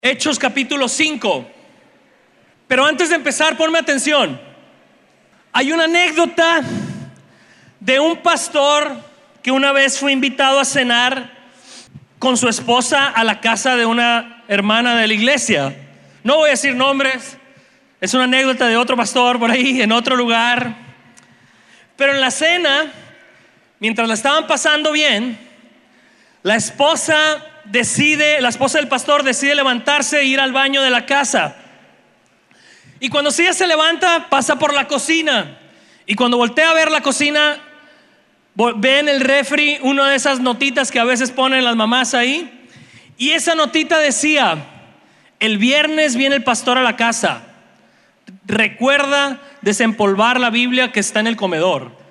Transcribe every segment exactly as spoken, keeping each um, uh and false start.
Hechos capítulo cinco. Pero antes de empezar, ponme atención. Hay una anécdota de un pastor que una vez fue invitado a cenar con su esposa a la casa de una hermana de la iglesia. No voy a decir nombres, es una anécdota de otro pastor por ahí, en otro lugar. Pero en la cena, mientras la estaban pasando bien, la esposa decide, la esposa del pastor decide levantarse e ir al baño de la casa. Y cuando ella se levanta, pasa por la cocina. Y cuando voltea a ver la cocina, ve en el refri una de esas notitas que a veces ponen las mamás ahí. Y esa notita decía: el viernes viene el pastor a la casa, recuerda desempolvar la Biblia que está en el comedor.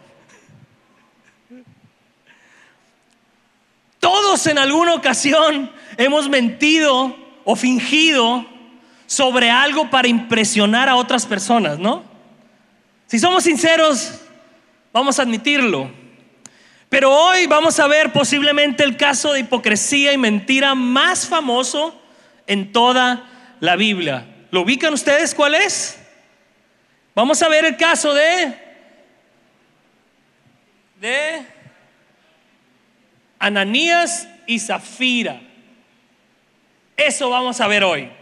Todos en alguna ocasión hemos mentido o fingido sobre algo para impresionar a otras personas, ¿no? Si somos sinceros, vamos a admitirlo. Pero hoy vamos a ver posiblemente el caso de hipocresía y mentira más famoso en toda la Biblia. ¿Lo ubican ustedes cuál es? Vamos a ver el caso de de Ananías y Zafira. Eso vamos a ver hoy.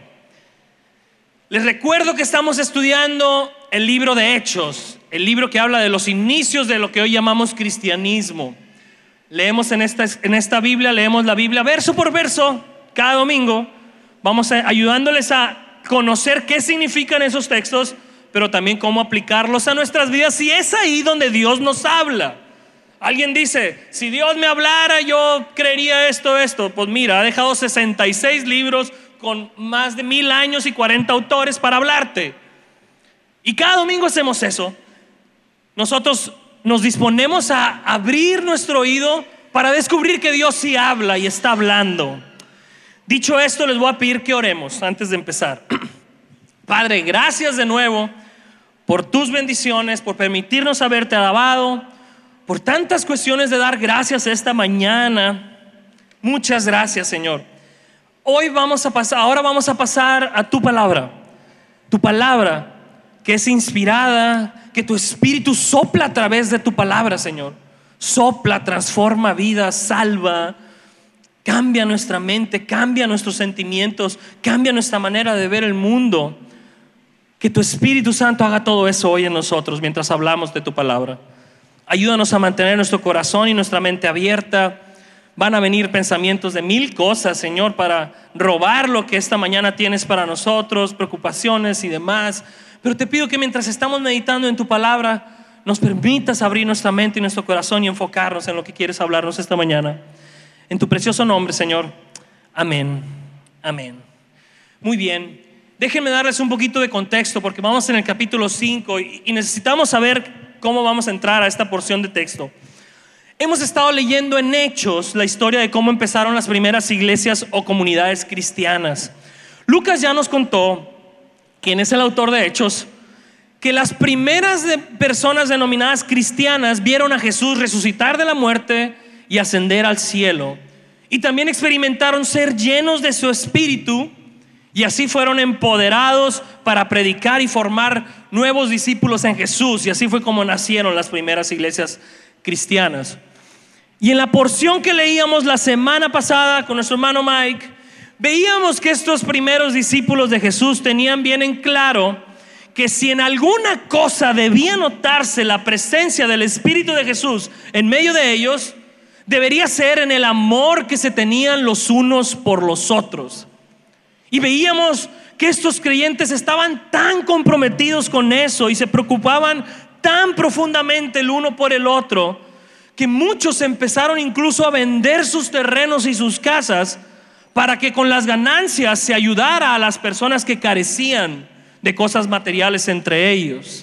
Les recuerdo que estamos estudiando el libro de Hechos, el libro que habla de los inicios de lo que hoy llamamos cristianismo. Leemos en esta, en esta Biblia, leemos la Biblia verso por verso cada domingo. Vamos a, ayudándoles a conocer qué significan esos textos, pero también cómo aplicarlos a nuestras vidas. Y es ahí donde Dios nos habla. Alguien dice: si Dios me hablara, yo creería esto, esto. Pues mira, ha dejado sesenta y seis libros con más de mil años y cuarenta autores para hablarte. Y cada domingo hacemos eso. Nosotros nos disponemos a abrir nuestro oído para descubrir que Dios sí habla y está hablando. Dicho esto, les voy a pedir que oremos antes de empezar. Padre, gracias de nuevo por tus bendiciones, por permitirnos haberte alabado, por tantas cuestiones de dar gracias esta mañana. Muchas gracias, Señor. Hoy vamos a pasar, ahora vamos a pasar a tu palabra. Tu palabra que es inspirada, que tu espíritu sopla a través de tu palabra, Señor. Sopla, transforma vidas, salva, cambia nuestra mente, cambia nuestros sentimientos, cambia nuestra manera de ver el mundo. Que tu Espíritu Santo haga todo eso hoy en nosotros mientras hablamos de tu palabra. Ayúdanos a mantener nuestro corazón y nuestra mente abierta. Van a venir pensamientos de mil cosas, Señor, para robar lo que esta mañana tienes para nosotros, preocupaciones y demás. Pero te pido que mientras estamos meditando en tu palabra, nos permitas abrir nuestra mente y nuestro corazón y enfocarnos en lo que quieres hablarnos esta mañana. En tu precioso nombre, Señor. Amén. Amén. Muy bien. Déjenme darles un poquito de contexto porque vamos en el capítulo cinco y, y necesitamos saber cómo vamos a entrar a esta porción de texto. Hemos estado leyendo en Hechos la historia de cómo empezaron las primeras iglesias o comunidades cristianas. Lucas ya nos contó, quien es el autor de Hechos, que las primeras de personas denominadas cristianas vieron a Jesús resucitar de la muerte y ascender al cielo, y también experimentaron ser llenos de su espíritu, y así fueron empoderados para predicar y formar nuevos discípulos en Jesús. Y así fue como nacieron las primeras iglesias cristianas. Y en la porción que leíamos la semana pasada con nuestro hermano Mike, veíamos que estos primeros discípulos de Jesús tenían bien en claro que si en alguna cosa debía notarse la presencia del Espíritu de Jesús en medio de ellos, debería ser en el amor que se tenían los unos por los otros. Y veíamos que estos creyentes estaban tan comprometidos con eso y se preocupaban tan profundamente el uno por el otro, que muchos empezaron incluso a vender sus terrenos y sus casas para que con las ganancias se ayudara a las personas que carecían de cosas materiales entre ellos.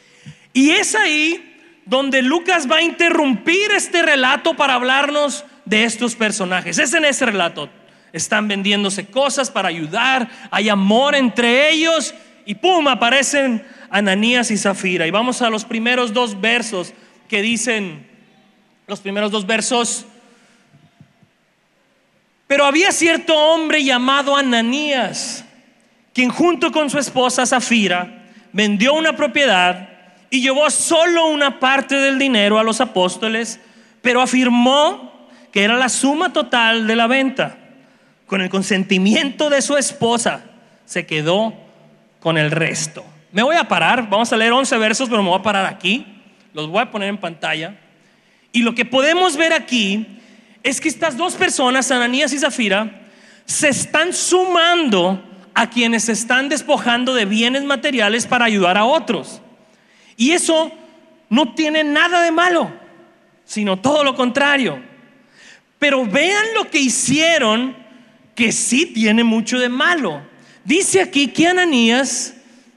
Y es ahí donde Lucas va a interrumpir este relato para hablarnos de estos personajes. Es en ese relato. Están vendiéndose cosas para ayudar, hay amor entre ellos y pum, aparecen Ananías y Zafira. Y vamos a los primeros dos versos que dicen, los primeros dos versos Pero había cierto hombre llamado Ananías, quien junto con su esposa Zafira vendió una propiedad y llevó solo una parte del dinero a los apóstoles, pero afirmó que era la suma total de la venta. Con el consentimiento de su esposa, se quedó con el resto. Me voy a parar, vamos a leer once versos, pero me voy a parar aquí. Los voy a poner en pantalla. Y lo que podemos ver aquí es que estas dos personas, Ananías y Zafira, se están sumando a quienes se están despojando de bienes materiales para ayudar a otros. Y eso no tiene nada de malo, sino todo lo contrario. Pero vean lo que hicieron, que sí tiene mucho de malo. Dice aquí que Ananías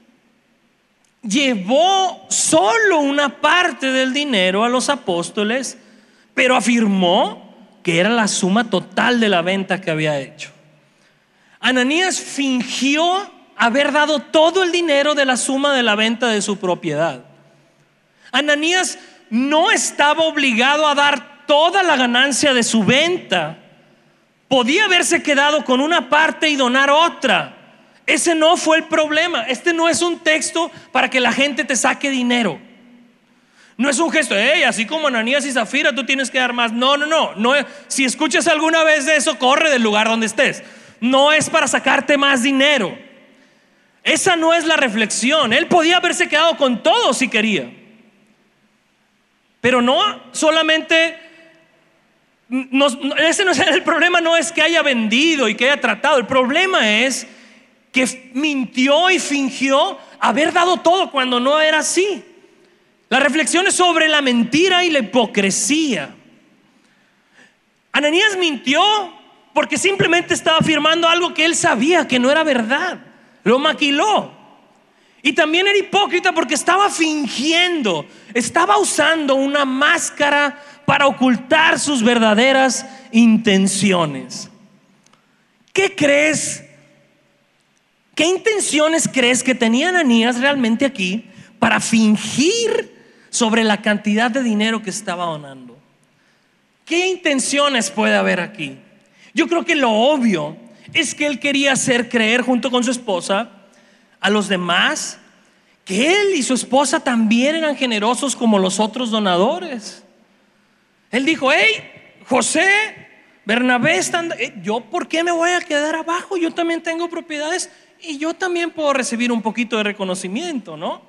llevó solo una parte del dinero a los apóstoles, pero afirmó que era la suma total de la venta que había hecho. Ananías fingió haber dado todo el dinero de la suma de la venta de su propiedad. Ananías no estaba obligado a dar toda la ganancia de su venta. Podía haberse quedado con una parte y donar otra. Ese no fue el problema. Este no es un texto para que la gente te saque dinero. No es un gesto, hey, así como Ananías y Zafira, tú tienes que dar más. No, no, no, no. Si escuchas alguna vez de eso, corre del lugar donde estés. No es para sacarte más dinero. Esa no es la reflexión. Él podía haberse quedado con todo si quería. Pero no solamente, no, ese no es el problema, no es que haya vendido y que haya tratado. El problema es que mintió y fingió haber dado todo cuando no era así. La reflexión es sobre la mentira y la hipocresía. Ananías mintió porque simplemente estaba afirmando algo que él sabía que no era verdad. Lo maquiló. Y también era hipócrita porque estaba fingiendo, estaba usando una máscara para ocultar sus verdaderas intenciones. ¿Qué crees? ¿Qué intenciones crees que tenía Ananías realmente aquí para fingir sobre la cantidad de dinero que estaba donando? ¿Qué intenciones puede haber aquí? Yo creo que lo obvio es que él quería hacer creer junto con su esposa a los demás que él y su esposa también eran generosos como los otros donadores. Él dijo, hey, José, Bernabé están, yo ¿por qué me voy a quedar abajo? Yo también tengo propiedades y yo también puedo recibir un poquito de reconocimiento, ¿no?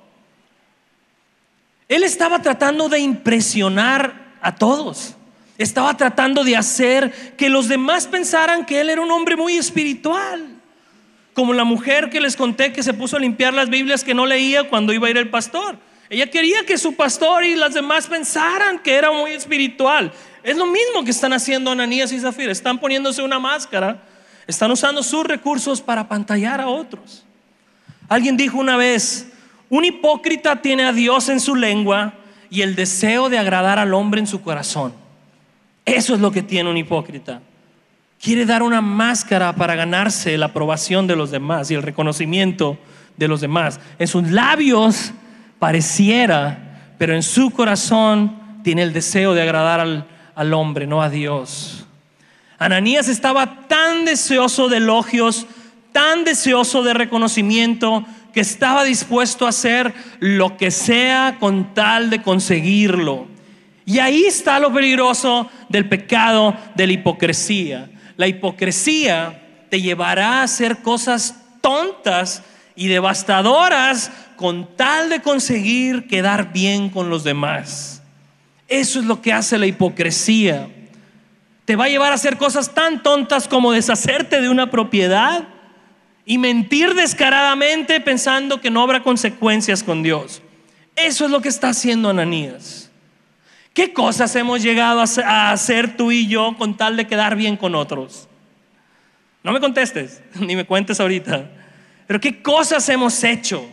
Él estaba tratando de impresionar a todos. Estaba tratando de hacer que los demás pensaran que él era un hombre muy espiritual. Como la mujer que les conté que se puso a limpiar las Biblias que no leía cuando iba a ir el pastor. Ella quería que su pastor y las demás pensaran que era muy espiritual. Es lo mismo que están haciendo Ananías y Zafira. Están poniéndose una máscara. Están usando sus recursos para apantallar a otros. Alguien dijo una vez, un hipócrita tiene a Dios en su lengua y el deseo de agradar al hombre en su corazón. Eso es lo que tiene un hipócrita. Quiere dar una máscara para ganarse la aprobación de los demás y el reconocimiento de los demás. En sus labios pareciera, pero en su corazón tiene el deseo de agradar al, al hombre, no a Dios. Ananías estaba tan deseoso de elogios, tan deseoso de reconocimiento, que estaba dispuesto a hacer lo que sea con tal de conseguirlo. Y ahí está lo peligroso del pecado de la hipocresía. La hipocresía te llevará a hacer cosas tontas y devastadoras con tal de conseguir quedar bien con los demás. Eso es lo que hace la hipocresía. Te va a llevar a hacer cosas tan tontas como deshacerte de una propiedad y mentir descaradamente pensando que no habrá consecuencias con Dios. Eso es lo que está haciendo Ananías. ¿Qué cosas hemos llegado a hacer tú y yo con tal de quedar bien con otros? No me contestes, ni me cuentes ahorita. Pero ¿qué cosas hemos hecho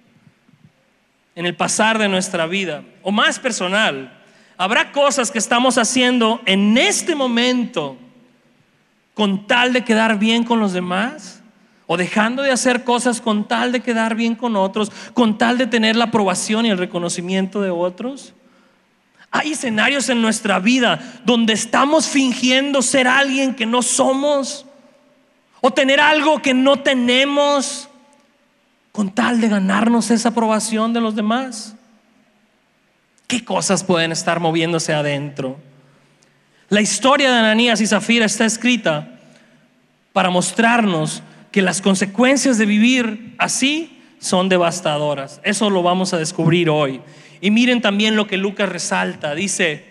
en el pasar de nuestra vida? O más personal, ¿habrá cosas que estamos haciendo en este momento con tal de quedar bien con los demás? ¿O dejando de hacer cosas con tal de quedar bien con otros, con tal de tener la aprobación y el reconocimiento de otros? Hay escenarios en nuestra vida donde estamos fingiendo ser alguien que no somos o tener algo que no tenemos con tal de ganarnos esa aprobación de los demás. ¿Qué cosas pueden estar moviéndose adentro? La historia de Ananías y Zafira está escrita para mostrarnos que las consecuencias de vivir así son devastadoras. Eso lo vamos a descubrir hoy. Y miren también lo que Lucas resalta. Dice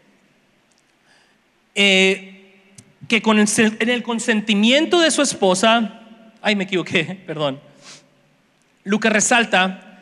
eh, que con el, en el consentimiento de su esposa, ay me equivoqué, perdón. Lucas resalta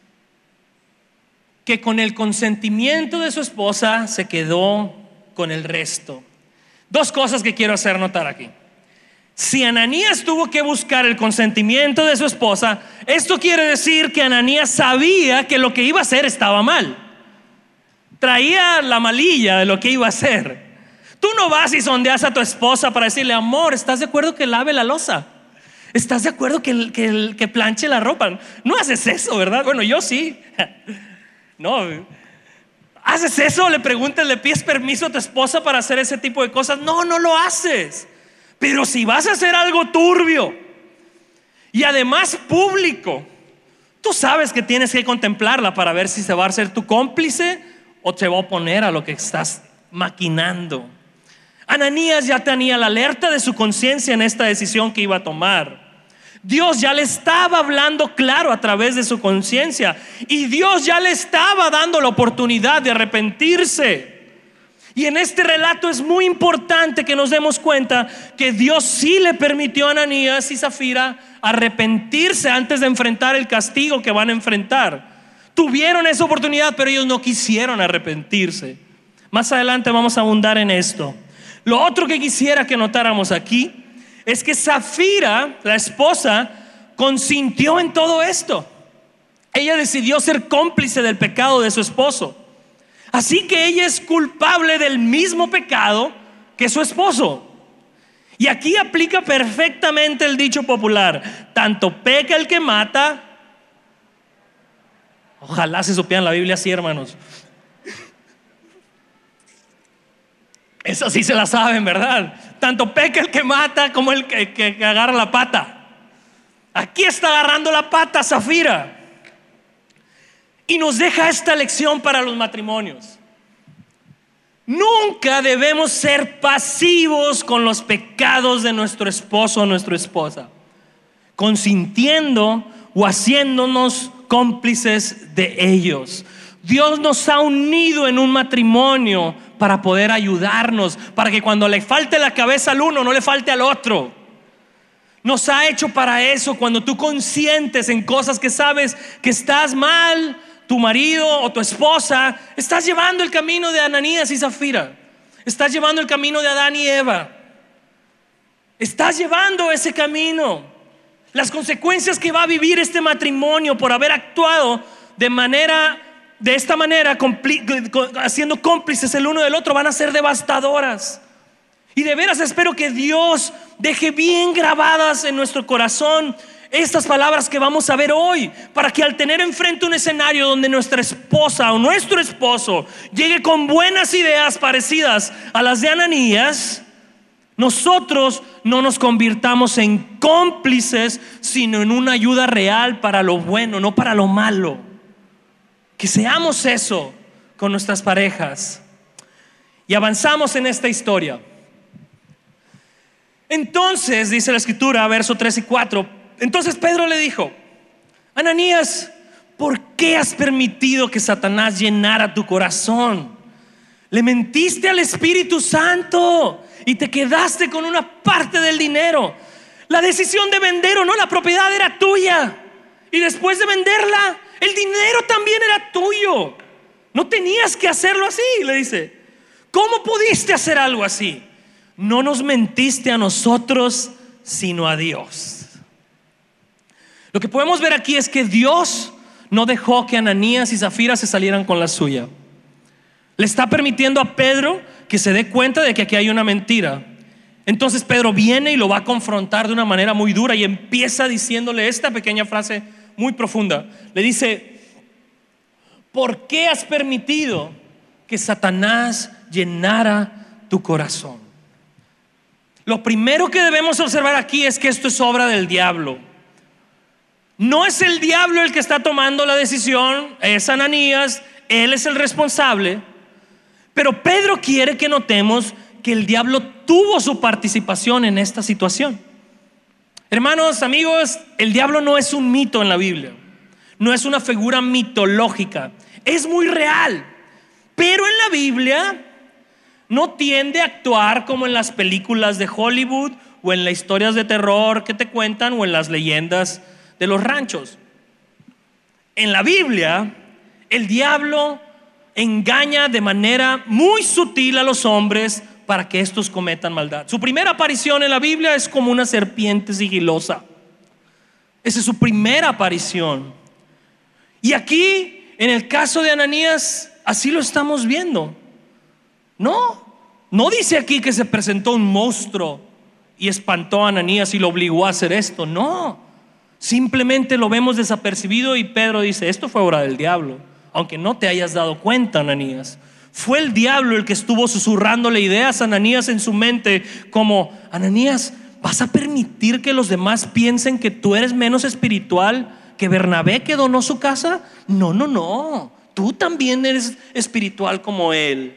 que con el consentimiento de su esposa se quedó con el resto. Dos cosas que quiero hacer notar aquí. Si Ananías tuvo que buscar el consentimiento de su esposa, esto quiere decir que Ananías sabía que lo que iba a hacer estaba mal. Traía la malilla de lo que iba a hacer. Tú no vas y sondeas a tu esposa para decirle: amor, ¿estás de acuerdo que lave la loza? ¿Estás de acuerdo que, que, que planche la ropa? No haces eso, ¿verdad? Bueno, yo sí. No, ¿haces eso? Le preguntas, le pides permiso a tu esposa para hacer ese tipo de cosas. No, no lo haces. Pero si vas a hacer algo turbio y además público, tú sabes que tienes que contemplarla para ver si se va a ser tu cómplice o te va a oponer a lo que estás maquinando. Ananías ya tenía la alerta de su conciencia en esta decisión que iba a tomar. Dios ya le estaba hablando claro a través de su conciencia y Dios ya le estaba dando la oportunidad de arrepentirse. Y en este relato es muy importante que nos demos cuenta que Dios sí le permitió a Ananías y Zafira arrepentirse antes de enfrentar el castigo que van a enfrentar. Tuvieron esa oportunidad, pero ellos no quisieron arrepentirse. Más adelante vamos a abundar en esto. Lo otro que quisiera que notáramos aquí es que Zafira, la esposa, consintió en todo esto. Ella decidió ser cómplice del pecado de su esposo. Así que ella es culpable del mismo pecado que su esposo. Y aquí aplica perfectamente el dicho popular: tanto peca el que mata. Ojalá se supieran la Biblia así, hermanos. Eso sí se la saben, ¿verdad? Tanto peca el que mata como el que, que, que agarra la pata. Aquí está agarrando la pata Zafira. Y nos deja esta lección para los matrimonios. Nunca debemos ser pasivos con los pecados de nuestro esposo o nuestra esposa, consintiendo o haciéndonos cómplices de ellos. Dios nos ha unido en un matrimonio para poder ayudarnos, para que cuando le falte la cabeza al uno, no le falte al otro. Nos ha hecho para eso. Cuando tú consientes en cosas que sabes que estás mal, tu marido o tu esposa, estás llevando el camino de Ananías y Zafira. Estás llevando el camino de Adán y Eva. Estás llevando ese camino. Las consecuencias que va a vivir este matrimonio por haber actuado de manera, de esta manera, haciendo cómplices el uno del otro, van a ser devastadoras. Y de veras espero que Dios deje bien grabadas en nuestro corazón estas palabras que vamos a ver hoy, para que al tener enfrente un escenario donde nuestra esposa o nuestro esposo llegue con buenas ideas parecidas a las de Ananías, nosotros no nos convirtamos en cómplices, sino en una ayuda real para lo bueno, no para lo malo. Que seamos eso con nuestras parejas. Y avanzamos en esta historia. Entonces, dice la escritura, verso tres y cuatro, entonces Pedro le dijo: Ananías, ¿por qué has permitido que Satanás llenara tu corazón? Le mentiste al Espíritu Santo y te quedaste con una parte del dinero. La decisión de vender o no la propiedad era tuya, y después de venderla, el dinero también era tuyo. No tenías que hacerlo así, le dice. ¿Cómo pudiste hacer algo así? No nos mentiste a nosotros, sino a Dios. Lo que podemos ver aquí es que Dios no dejó que Ananías y Zafira se salieran con la suya. Le está permitiendo a Pedro que se dé cuenta de que aquí hay una mentira. Entonces Pedro viene y lo va a confrontar de una manera muy dura y empieza diciéndole esta pequeña frase muy profunda. Le dice: ¿por qué has permitido que Satanás llenara tu corazón. Lo primero que debemos observar aquí es que esto es obra del diablo. No es el diablo el que está tomando la decisión, es Ananías, él es el responsable. Pero Pedro quiere que notemos que el diablo tuvo su participación en esta situación. Hermanos, amigos, el diablo no es un mito en la Biblia, no es una figura mitológica, es muy real. Pero en la Biblia no tiende a actuar como en las películas de Hollywood o en las historias de terror que te cuentan o en las leyendas de los ranchos. En la Biblia, el diablo engaña de manera muy sutil a los hombres para que estos cometan maldad. Su primera aparición en la Biblia es como una serpiente sigilosa. Esa es su primera aparición. Y aquí, en el caso de Ananías, así lo estamos viendo. No, no dice aquí que se presentó un monstruo y espantó a Ananías y lo obligó a hacer esto. No, simplemente lo vemos desapercibido y Pedro dice: esto fue obra del diablo, aunque no te hayas dado cuenta, Ananías. Fue el diablo el que estuvo susurrándole ideas a Ananías en su mente, como: Ananías, ¿vas a permitir que los demás piensen que tú eres menos espiritual que Bernabé, que donó su casa? No, no, no, tú también eres espiritual como él.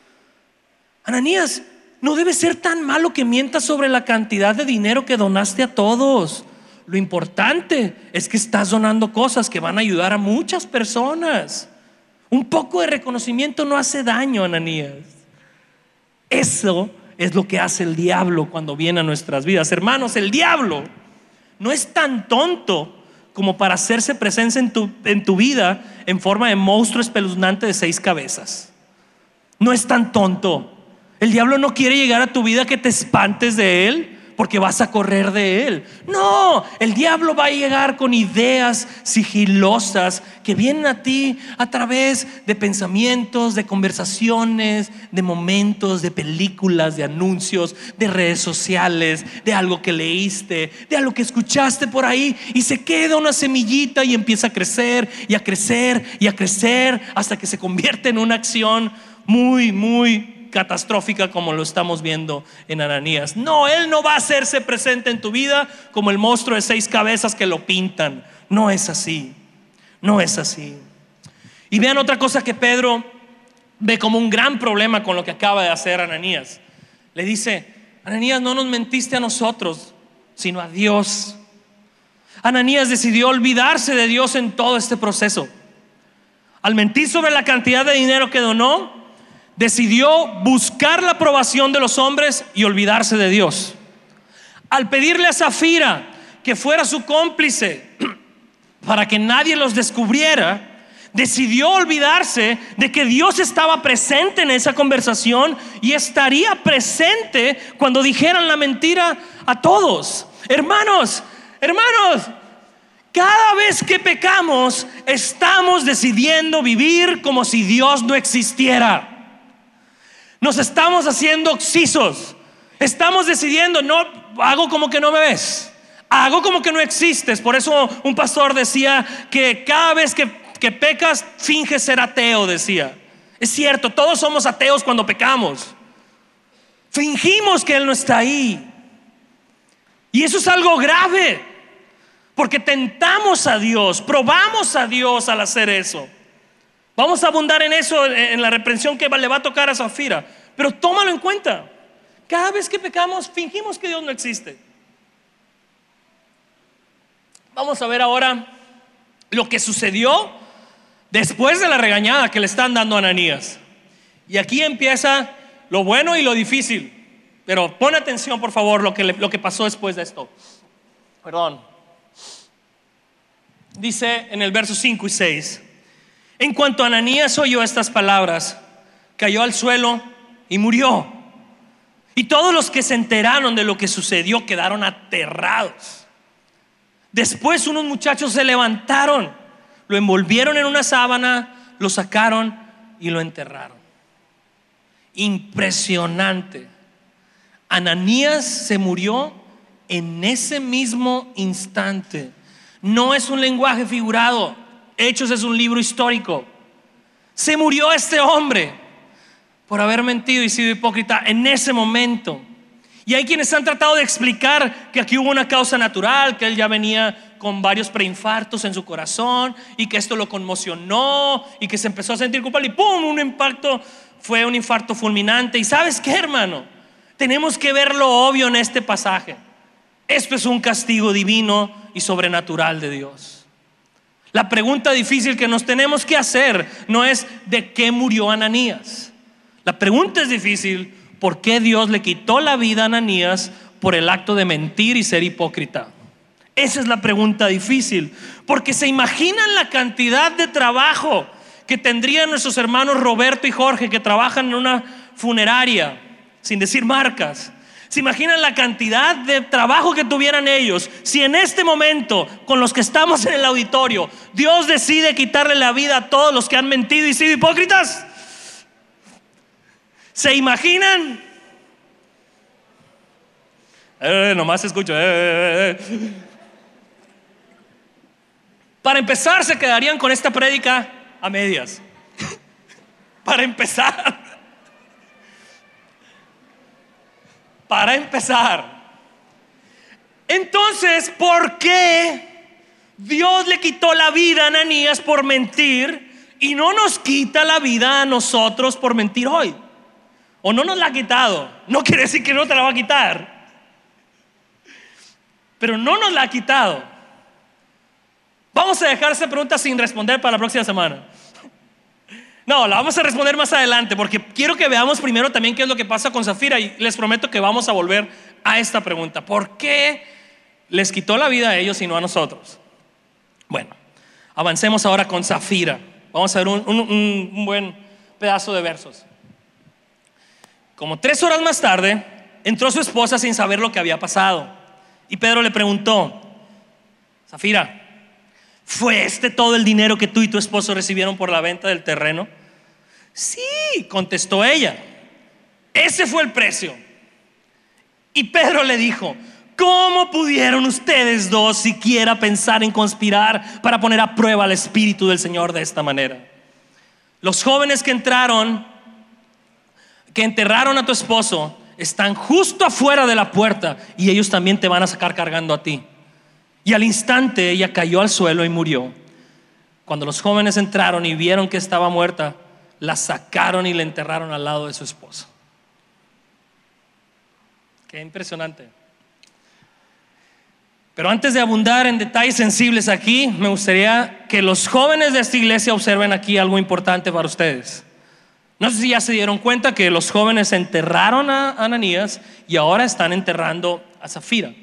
Ananías, no debe ser tan malo que mientas sobre la cantidad de dinero que donaste a todos. Lo importante es que estás donando cosas que van a ayudar a muchas personas. Un poco de reconocimiento no hace daño, Ananías. Eso es lo que hace el diablo cuando viene a nuestras vidas. Hermanos, el diablo no es tan tonto como para hacerse presencia en tu, en tu vida en forma de monstruo espeluznante de seis cabezas. No es tan tonto. El diablo no quiere llegar a tu vida que te espantes de él porque vas a correr de él. No, el diablo va a llegar con ideas sigilosas que vienen a ti a través de pensamientos, de conversaciones, de momentos, de películas, de anuncios, de redes sociales, de algo que leíste, de algo que escuchaste por ahí, y se queda una semillita y empieza a crecer y a crecer y a crecer hasta que se convierte en una acción muy, muy catastrófica, como lo estamos viendo en Ananías. No, él no va a hacerse presente en tu vida como el monstruo de seis cabezas que lo pintan. No es así, no es así. Y vean otra cosa que Pedro ve como un gran problema con lo que acaba de hacer Ananías. Le dice: Ananías, no nos mentiste a nosotros, sino a Dios. Ananías decidió olvidarse de Dios en todo este proceso. Al mentir sobre la cantidad de dinero que donó, decidió buscar la aprobación de los hombres y olvidarse de Dios. Al pedirle a Safira que fuera su cómplice para que nadie los descubriera, decidió olvidarse de que Dios estaba presente en esa conversación y estaría presente cuando dijeran la mentira a todos. Hermanos, hermanos, cada vez que pecamos, estamos decidiendo vivir como si Dios no existiera. Nos estamos haciendo oxisos. Estamos decidiendo: no, hago como que no me ves, hago como que no existes. Por eso un pastor decía que cada vez que, que pecas, finges ser ateo, decía. Es cierto, todos somos ateos cuando pecamos. Fingimos que Él no está ahí. Y eso es algo grave, porque tentamos a Dios, probamos a Dios al hacer eso. Vamos a abundar en eso en la reprensión que le va a tocar a Safira. Pero tómalo en cuenta: cada vez que pecamos, fingimos que Dios no existe. Vamos a ver ahora lo que sucedió después de la regañada que le están dando a Ananías. Y aquí empieza lo bueno y lo difícil. Pero pon atención, por favor, lo que, le, lo que pasó después de esto. Perdón. Dice en el verso cinco y seis: en cuanto Ananías oyó estas palabras, cayó al suelo y murió. Y todos los que se enteraron de lo que sucedió quedaron aterrados. Después unos muchachos se levantaron, lo envolvieron en una sábana, lo sacaron y lo enterraron. Impresionante. Ananías se murió en ese mismo instante. No es un lenguaje figurado. Hechos es un libro histórico. Se murió este hombre. por haber mentido y sido hipócrita en ese momento. Y hay quienes han tratado de explicar que aquí hubo una causa natural, que él ya venía con varios preinfartos en su corazón y que esto lo conmocionó y que se empezó a sentir culpable y ¡pum! Un impacto, fue un infarto fulminante. Y ¿sabes qué, hermano? Tenemos que ver lo obvio en este pasaje. Esto es un castigo divino y sobrenatural de Dios. La pregunta difícil que nos tenemos que hacer no es ¿de qué murió Ananías? La pregunta es difícil: ¿por qué Dios le quitó la vida a Ananías por el acto de mentir y ser hipócrita? Esa es la pregunta difícil, porque se imaginan la cantidad de trabajo que tendrían nuestros hermanos Roberto y Jorge, que trabajan en una funeraria, sin decir marcas. Se imaginan la cantidad de trabajo que tuvieran ellos si en este momento, con los que estamos en el auditorio, Dios decide quitarle la vida a todos los que han mentido y sido hipócritas. ¿Se imaginan? Eh, nomás escucho. Eh, eh, eh. Para empezar, se quedarían con esta prédica a medias. Para empezar. Para empezar. Entonces, ¿por qué Dios le quitó la vida a Ananías por mentir y no nos quita la vida a nosotros por mentir hoy? O no nos la ha quitado. No quiere decir que no te la va a quitar, pero no nos la ha quitado. Vamos a dejar esa pregunta sin responder para la próxima semana. No, la vamos a responder más adelante, porque quiero que veamos primero también qué es lo que pasa con Zafira. Y les prometo que vamos a volver a esta pregunta: ¿por qué les quitó la vida a ellos y no a nosotros? Bueno, avancemos ahora con Zafira. Vamos a ver un, un, un buen pedazo de versos. Como tres horas más tarde, entró su esposa sin saber lo que había pasado. Y Pedro le preguntó: Zafira, ¿fue este todo el dinero que tú y tu esposo recibieron por la venta del terreno? Sí, contestó ella, ese fue el precio. Y Pedro le dijo: ¿cómo pudieron ustedes dos siquiera pensar en conspirar para poner a prueba al Espíritu del Señor de esta manera? Los jóvenes que entraron, que enterraron a tu esposo, están justo afuera de la puerta y ellos también te van a sacar cargando a ti. Y al instante ella cayó al suelo y murió. Cuando los jóvenes entraron y vieron que estaba muerta, la sacaron y la enterraron al lado de su esposo. Qué impresionante. Pero antes de abundar en detalles sensibles aquí, me gustaría que los jóvenes de esta iglesia observen aquí algo importante para ustedes. No sé si ya se dieron cuenta que los jóvenes enterraron a Ananías y ahora están enterrando a Zafira.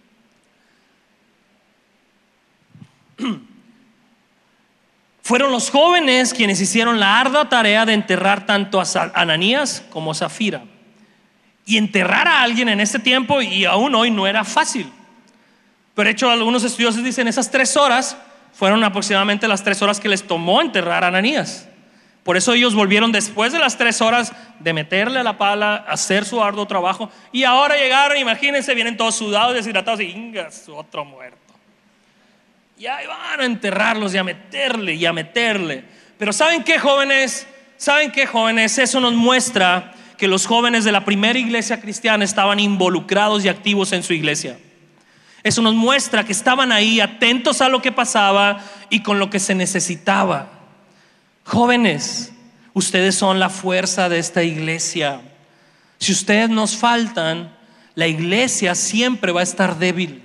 Fueron los jóvenes quienes hicieron la ardua tarea de enterrar tanto a Ananías como a Zafira. Y enterrar a alguien en este tiempo y aún hoy no era fácil. Pero de hecho algunos estudiosos dicen esas tres horas fueron aproximadamente las tres horas que les tomó enterrar a Ananías. Por eso ellos volvieron después de las tres horas de meterle a la pala, hacer su arduo trabajo. Y ahora llegaron, imagínense, vienen todos sudados, deshidratados y ingas, otro muerto. Y ahí van a enterrarlos y a meterle y a meterle. Pero ¿saben qué, jóvenes? ¿Saben qué, jóvenes? Eso nos muestra que los jóvenes de la primera iglesia cristiana estaban involucrados y activos en su iglesia. Eso nos muestra que estaban ahí atentos a lo que pasaba y con lo que se necesitaba. Jóvenes, ustedes son la fuerza de esta iglesia. Si ustedes nos faltan, la iglesia siempre va a estar débil.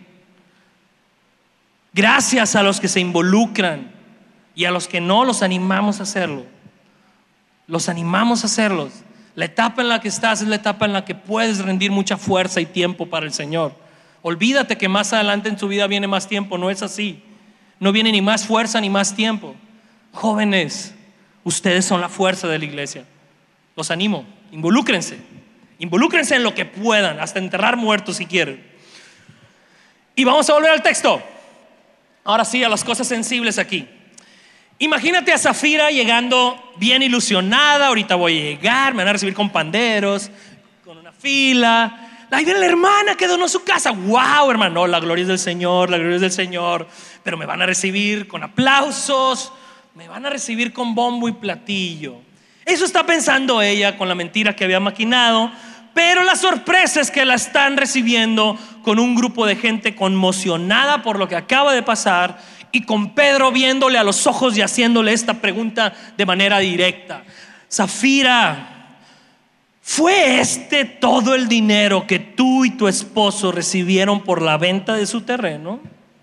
Gracias a los que se involucran y a los que no, los animamos a hacerlo. Los animamos a hacerlos. La etapa en la que estás es la etapa en la que puedes rendir mucha fuerza y tiempo para el Señor. Olvídate que más adelante en tu vida viene más tiempo. No es así. No viene ni más fuerza ni más tiempo. Jóvenes, ustedes son la fuerza de la iglesia. Los animo, involúcrense. Involúcrense en lo que puedan, hasta enterrar muertos si quieren. Y vamos a volver al texto. Ahora sí, a las cosas sensibles aquí. Imagínate a Zafira llegando bien ilusionada. Ahorita voy a llegar, me van a recibir con panderos, con una fila. Ahí viene la hermana que donó su casa. Wow, hermano, la gloria es del Señor, la gloria es del Señor. Pero me van a recibir con aplausos, me van a recibir con bombo y platillo. Eso está pensando ella con la mentira que había maquinado. Pero la sorpresa es que la están recibiendo con un grupo de gente conmocionada por lo que acaba de pasar, y con Pedro viéndole a los ojos y haciéndole esta pregunta de manera directa: Safira, ¿fue este todo el dinero que tú y tu esposo recibieron por la venta de su terreno?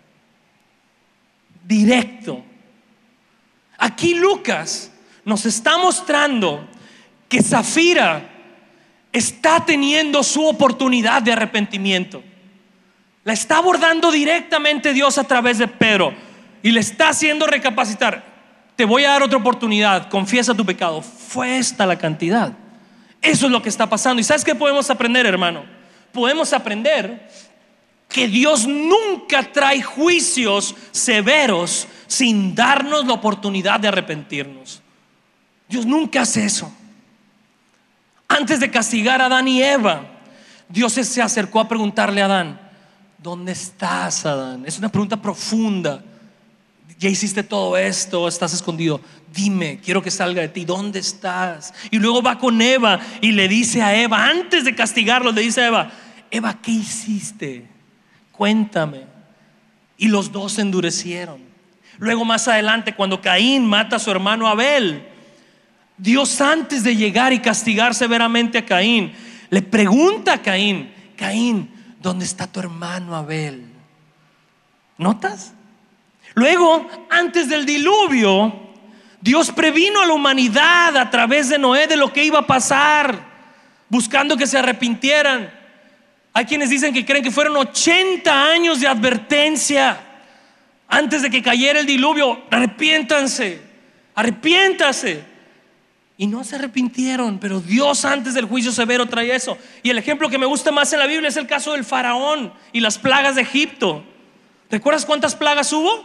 Directo. Aquí Lucas nos está mostrando que Safira está teniendo su oportunidad de arrepentimiento. La está abordando directamente Dios a través de Pedro y le está haciendo recapacitar: te voy a dar otra oportunidad, confiesa tu pecado. Fue esta la cantidad. Eso es lo que está pasando. ¿Y sabes qué podemos aprender, hermano? Podemos aprender que Dios nunca trae juicios severos sin darnos la oportunidad de arrepentirnos. Dios nunca hace eso. Antes de castigar a Adán y Eva, Dios se acercó a preguntarle a Adán: ¿dónde estás, Adán? Es una pregunta profunda. Ya hiciste todo esto, estás escondido. Dime, quiero que salga de ti. ¿Dónde estás? Y luego va con Eva y le dice a Eva, antes de castigarlo, le dice a Eva: Eva, ¿qué hiciste? Cuéntame. Y los dos se endurecieron. Luego, más adelante, cuando Caín mata a su hermano Abel, Dios, antes de llegar y castigar severamente a Caín, le pregunta a Caín: Caín, ¿dónde está tu hermano Abel? ¿Notas? Luego, antes del diluvio, Dios previno a la humanidad a través de Noé de lo que iba a pasar, buscando que se arrepintieran. Hay quienes dicen que creen que fueron ochenta años de advertencia antes de que cayera el diluvio: arrepiéntanse, arrepiéntase. Y no se arrepintieron, pero Dios antes del juicio severo trae eso. Y el ejemplo que me gusta más en la Biblia es el caso del faraón y las plagas de Egipto. ¿Recuerdas cuántas plagas hubo?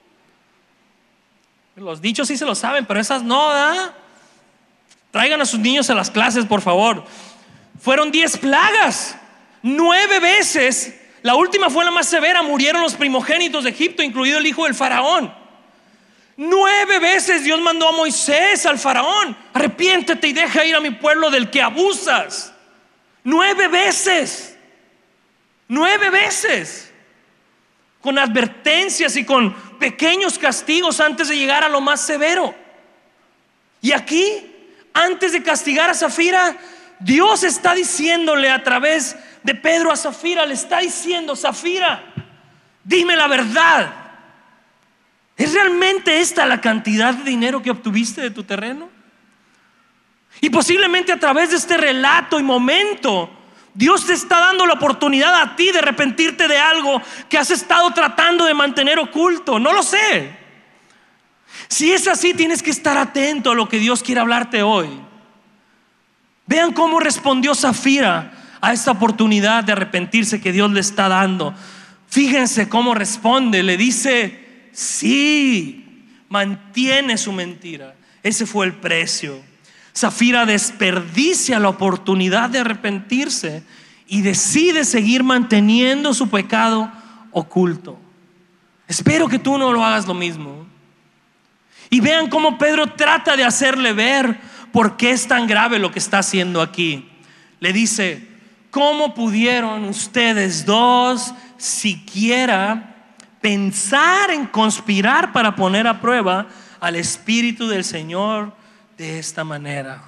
Los dichos sí se lo saben, pero esas no, ¿verdad? Traigan a sus niños a las clases, por favor. Fueron diez plagas, nueve veces. La última fue la más severa: murieron los primogénitos de Egipto, incluido el hijo del faraón. Nueve veces Dios mandó a Moisés al faraón: arrepiéntete y deja ir a mi pueblo del que abusas. Nueve veces. Nueve veces. Con advertencias y con pequeños castigos antes de llegar a lo más severo. Y aquí, antes de castigar a Safira, Dios está diciéndole a través de Pedro a Safira, le está diciendo: Safira, dime la verdad. ¿Es realmente esta la cantidad de dinero que obtuviste de tu terreno? Y posiblemente a través de este relato y momento, Dios te está dando la oportunidad a ti de arrepentirte de algo que has estado tratando de mantener oculto. No lo sé. Si es así, tienes que estar atento a lo que Dios quiere hablarte hoy. Vean cómo respondió Safira a esta oportunidad de arrepentirse que Dios le está dando. Fíjense cómo responde. Le dice: sí, mantiene su mentira. Ese fue el precio. Safira desperdicia la oportunidad de arrepentirse y decide seguir manteniendo su pecado oculto. Espero que tú no lo hagas lo mismo. Y vean cómo Pedro trata de hacerle ver por qué es tan grave lo que está haciendo aquí. Le dice: ¿cómo pudieron ustedes dos siquiera pensar en conspirar para poner a prueba al Espíritu del Señor de esta manera?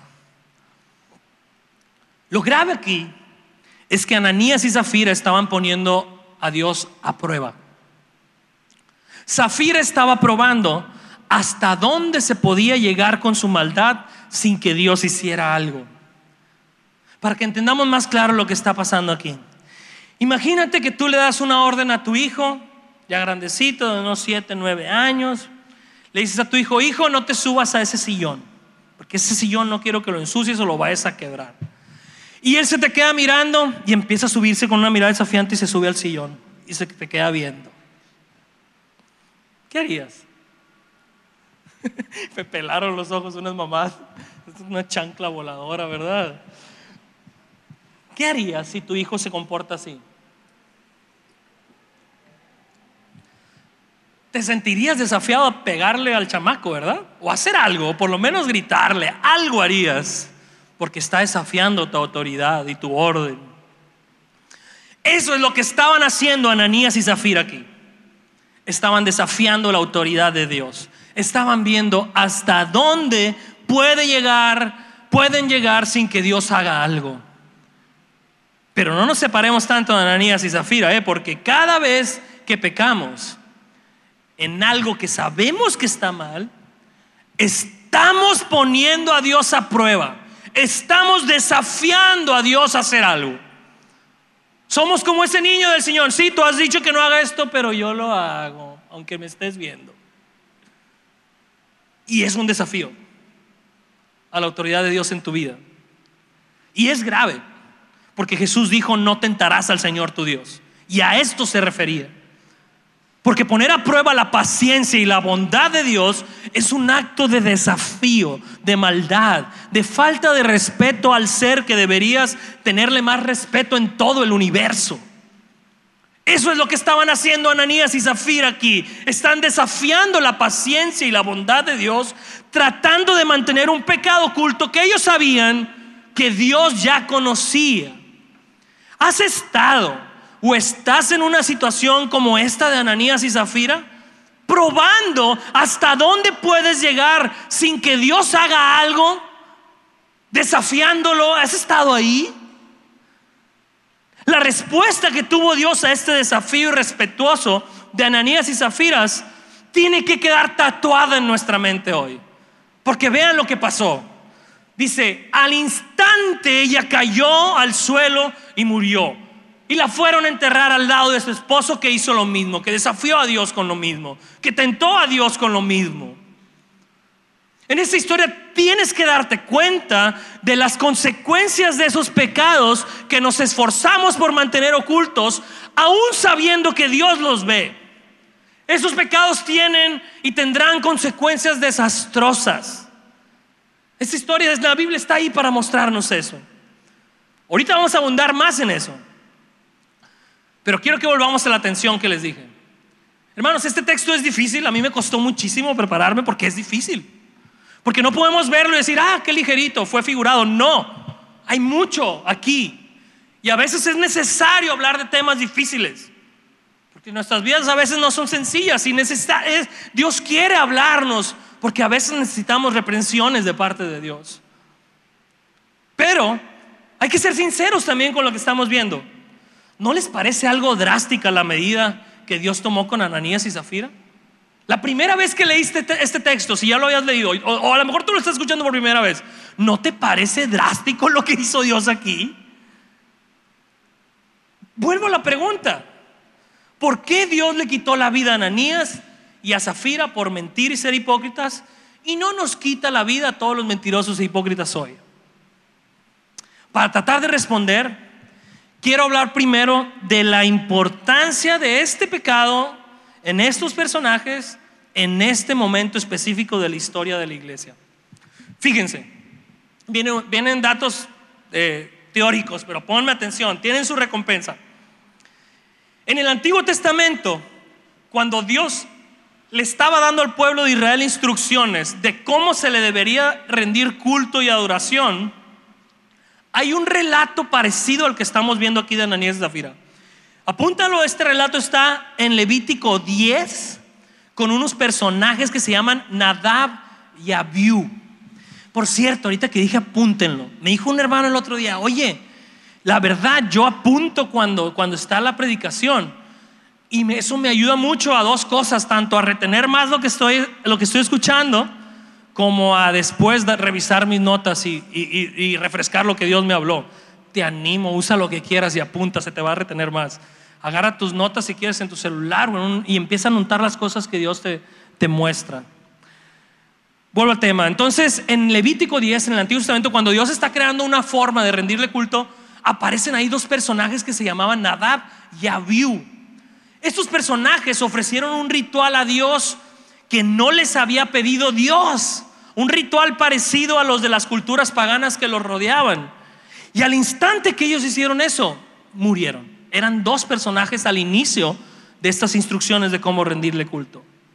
Lo grave aquí es que Ananías y Zafira estaban poniendo a Dios a prueba. Zafira estaba probando hasta dónde se podía llegar con su maldad sin que Dios hiciera algo. Para que entendamos más claro lo que está pasando aquí, imagínate que tú le das una orden a tu hijo, ya grandecito, de unos siete, nueve años. Le dices a tu hijo: hijo, no te subas a ese sillón, porque ese sillón no quiero que lo ensucies o lo vayas a quebrar. Y él se te queda mirando y empieza a subirse con una mirada desafiante y se sube al sillón y se te queda viendo. ¿Qué harías? Me pelaron los ojos unas mamás. Esto es una chancla voladora, ¿verdad? ¿Qué harías si tu hijo se comporta así? te sentirías desafiado a pegarle al chamaco, ¿verdad? O hacer algo, o por lo menos gritarle, algo harías, porque está desafiando tu autoridad y tu orden. Eso es lo que estaban haciendo Ananías y Zafira aquí. Estaban desafiando la autoridad de Dios. Estaban viendo hasta dónde puede llegar, pueden llegar sin que Dios haga algo. Pero no nos separemos tanto de Ananías y Zafira, ¿eh? Porque cada vez que pecamos en algo que sabemos que está mal, estamos poniendo a Dios a prueba. Estamos desafiando a Dios a hacer algo. Somos como ese niño del Señor. Sí, tú has dicho que no haga esto, pero yo lo hago, aunque me estés viendo. Y es un desafío a la autoridad de Dios en tu vida. Y es grave, porque Jesús dijo: no tentarás al Señor tu Dios. Y a esto se refería. Porque poner a prueba la paciencia y la bondad de Dios es un acto de desafío, de maldad, de falta de respeto al ser que deberías tenerle más respeto en todo el universo. Eso es lo que estaban haciendo Ananías y Zafira aquí. Están desafiando la paciencia y la bondad de Dios, tratando de mantener un pecado oculto que ellos sabían que Dios ya conocía. ¿Has estado o estás en una situación como esta de Ananías y Zafira, probando hasta dónde puedes llegar sin que Dios haga algo, desafiándolo? ¿Has estado ahí? La respuesta que tuvo Dios a este desafío irrespetuoso de Ananías y Zafiras tiene que quedar tatuada en nuestra mente hoy. Porque vean lo que pasó. Dice: al instante ella cayó al suelo y murió. Y la fueron a enterrar al lado de su esposo, que hizo lo mismo, que desafió a Dios con lo mismo, que tentó a Dios con lo mismo. En esta historia tienes que darte cuenta de las consecuencias de esos pecados que nos esforzamos por mantener ocultos, aún sabiendo que Dios los ve. Esos pecados tienen y tendrán consecuencias desastrosas. Esta historia de la Biblia está ahí para mostrarnos eso. Ahorita vamos a abundar más en eso. Pero quiero que volvamos a la atención que les dije. Hermanos, este texto es difícil. A mí me costó muchísimo prepararme porque es difícil. Porque no podemos verlo y decir: ah, qué ligerito, fue figurado. No, hay mucho aquí. Y a veces es necesario hablar de temas difíciles, porque nuestras vidas a veces no son sencillas y necesita, es, Dios quiere hablarnos, porque a veces necesitamos reprensiones de parte de Dios. Pero hay que ser sinceros también con lo que estamos viendo. ¿No les parece algo drástica la medida que Dios tomó con Ananías y Zafira? La primera vez que leíste este texto, si ya lo habías leído, o, o a lo mejor tú lo estás escuchando por primera vez, ¿no te parece drástico lo que hizo Dios aquí? Vuelvo a la pregunta: ¿por qué Dios le quitó la vida a Ananías y a Zafira por mentir y ser hipócritas, y no nos quita la vida a todos los mentirosos e hipócritas hoy? Para tratar de responder, quiero hablar primero de la importancia de este pecado en estos personajes, en este momento específico de la historia de la iglesia. Fíjense, vienen, vienen datos eh, teóricos, pero ponme atención, tienen su recompensa. En el Antiguo Testamento, cuando Dios le estaba dando al pueblo de Israel instrucciones de cómo se le debería rendir culto y adoración, hay un relato parecido al que estamos viendo aquí de Ananías y Zafira. Apúntalo, este relato está en Levítico diez, con unos personajes que se llaman Nadab y Abiú. Por cierto, ahorita que dije apúntenlo, me dijo un hermano el otro día: oye, la verdad yo apunto cuando, cuando está la predicación, y me, eso me ayuda mucho a dos cosas: tanto a retener más lo que estoy, lo que estoy escuchando, como a después de revisar mis notas y, y, y, y refrescar lo que Dios me habló. Te animo, usa lo que quieras y apunta, se te va a retener más. Agarra tus notas si quieres en tu celular o en un, y empieza a anotar las cosas que Dios te, te muestra. Vuelvo al tema. Entonces, en Levítico diez, en el Antiguo Testamento, cuando Dios está creando una forma de rendirle culto, aparecen ahí dos personajes que se llamaban Nadab y Abiú. Estos personajes ofrecieron un ritual a Dios que no les había pedido Dios, un ritual parecido a los de las culturas paganas que los rodeaban. Y al instante que ellos hicieron eso, murieron. Eran dos personajes al inicio de estas instrucciones de cómo rendirle culto.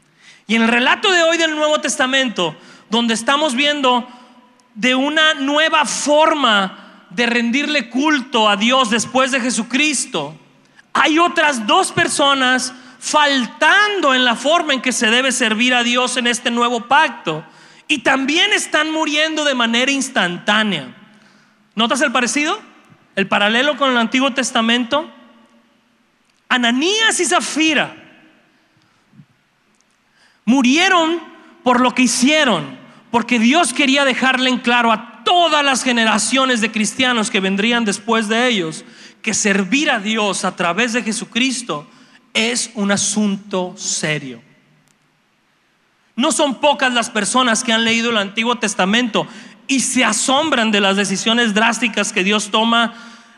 Y en el relato de hoy del Nuevo Testamento, donde estamos viendo de una nueva forma de rendirle culto a Dios después de Jesucristo, hay otras dos personas faltando en la forma en que se debe servir a Dios en este nuevo pacto, y también están muriendo de manera instantánea. ¿Notas el parecido? El paralelo con el Antiguo Testamento. Ananías y Zafira murieron por lo que hicieron, porque Dios quería dejarle en claro a todas las generaciones de cristianos que vendrían después de ellos que servir a Dios a través de Jesucristo es un asunto serio. No son pocas las personas que han leído el Antiguo Testamento y se asombran de las decisiones drásticas que Dios toma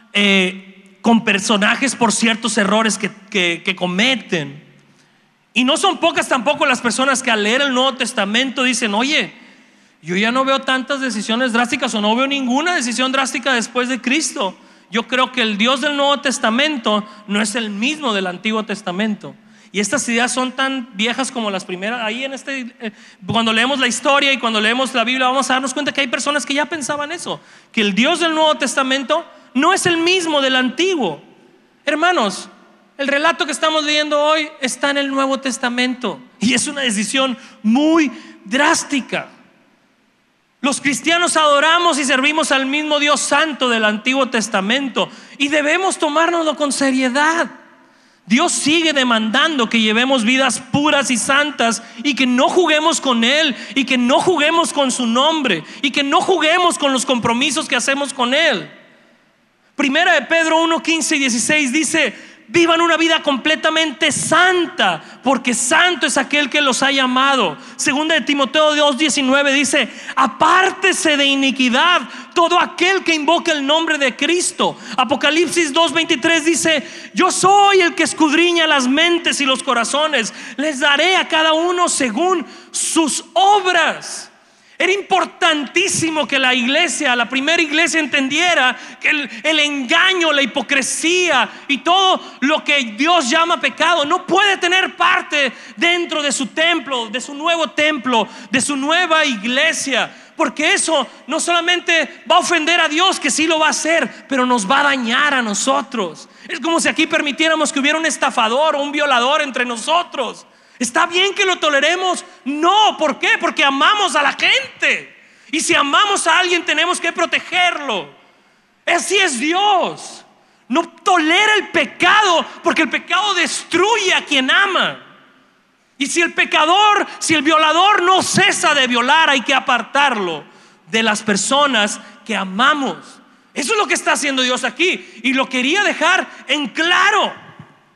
eh, con personajes por ciertos errores que, que, que cometen. Y no son pocas tampoco las personas que al leer el Nuevo Testamento dicen: oye, yo ya no veo tantas decisiones drásticas, o no veo ninguna decisión drástica después de Cristo. Yo creo que el Dios del Nuevo Testamento no es el mismo del Antiguo Testamento. Y estas ideas son tan viejas como las primeras. Ahí en este, eh, cuando leemos la historia y cuando leemos la Biblia, vamos a darnos cuenta que hay personas que ya pensaban eso, que el Dios del Nuevo Testamento no es el mismo del Antiguo. Hermanos, el relato que estamos leyendo hoy está en el Nuevo Testamento y es una decisión muy drástica. Los cristianos adoramos y servimos al mismo Dios santo del Antiguo Testamento y debemos tomárnoslo con seriedad. Dios sigue demandando que llevemos vidas puras y santas y que no juguemos con Él, y que no juguemos con su nombre, y que no juguemos con los compromisos que hacemos con Él. Primera de Pedro uno, quince y dieciséis dice: vivan una vida completamente santa, porque santo es aquel que los ha llamado. Segunda de Timoteo dos, diecinueve dice: apártese de iniquidad todo aquel que invoque el nombre de Cristo. Apocalipsis dos, veintitrés dice: yo soy el que escudriña las mentes y los corazones, les daré a cada uno según sus obras. Era importantísimo que la iglesia, la primera iglesia, entendiera que el, el engaño, la hipocresía y todo lo que Dios llama pecado no puede tener parte dentro de su templo, de su nuevo templo, de su nueva iglesia, porque eso no solamente va a ofender a Dios, que sí lo va a hacer, pero nos va a dañar a nosotros. Es como si aquí permitiéramos que hubiera un estafador o un violador entre nosotros. ¿Está bien que lo toleremos? No. ¿Por qué? Porque amamos a la gente. Y si amamos a alguien tenemos que protegerlo. Así es Dios. No tolera el pecado, porque el pecado destruye a quien ama. Y si el pecador, si el violador no cesa de violar, hay que apartarlo de las personas que amamos. Eso es lo que está haciendo Dios aquí, y lo quería dejar en claro.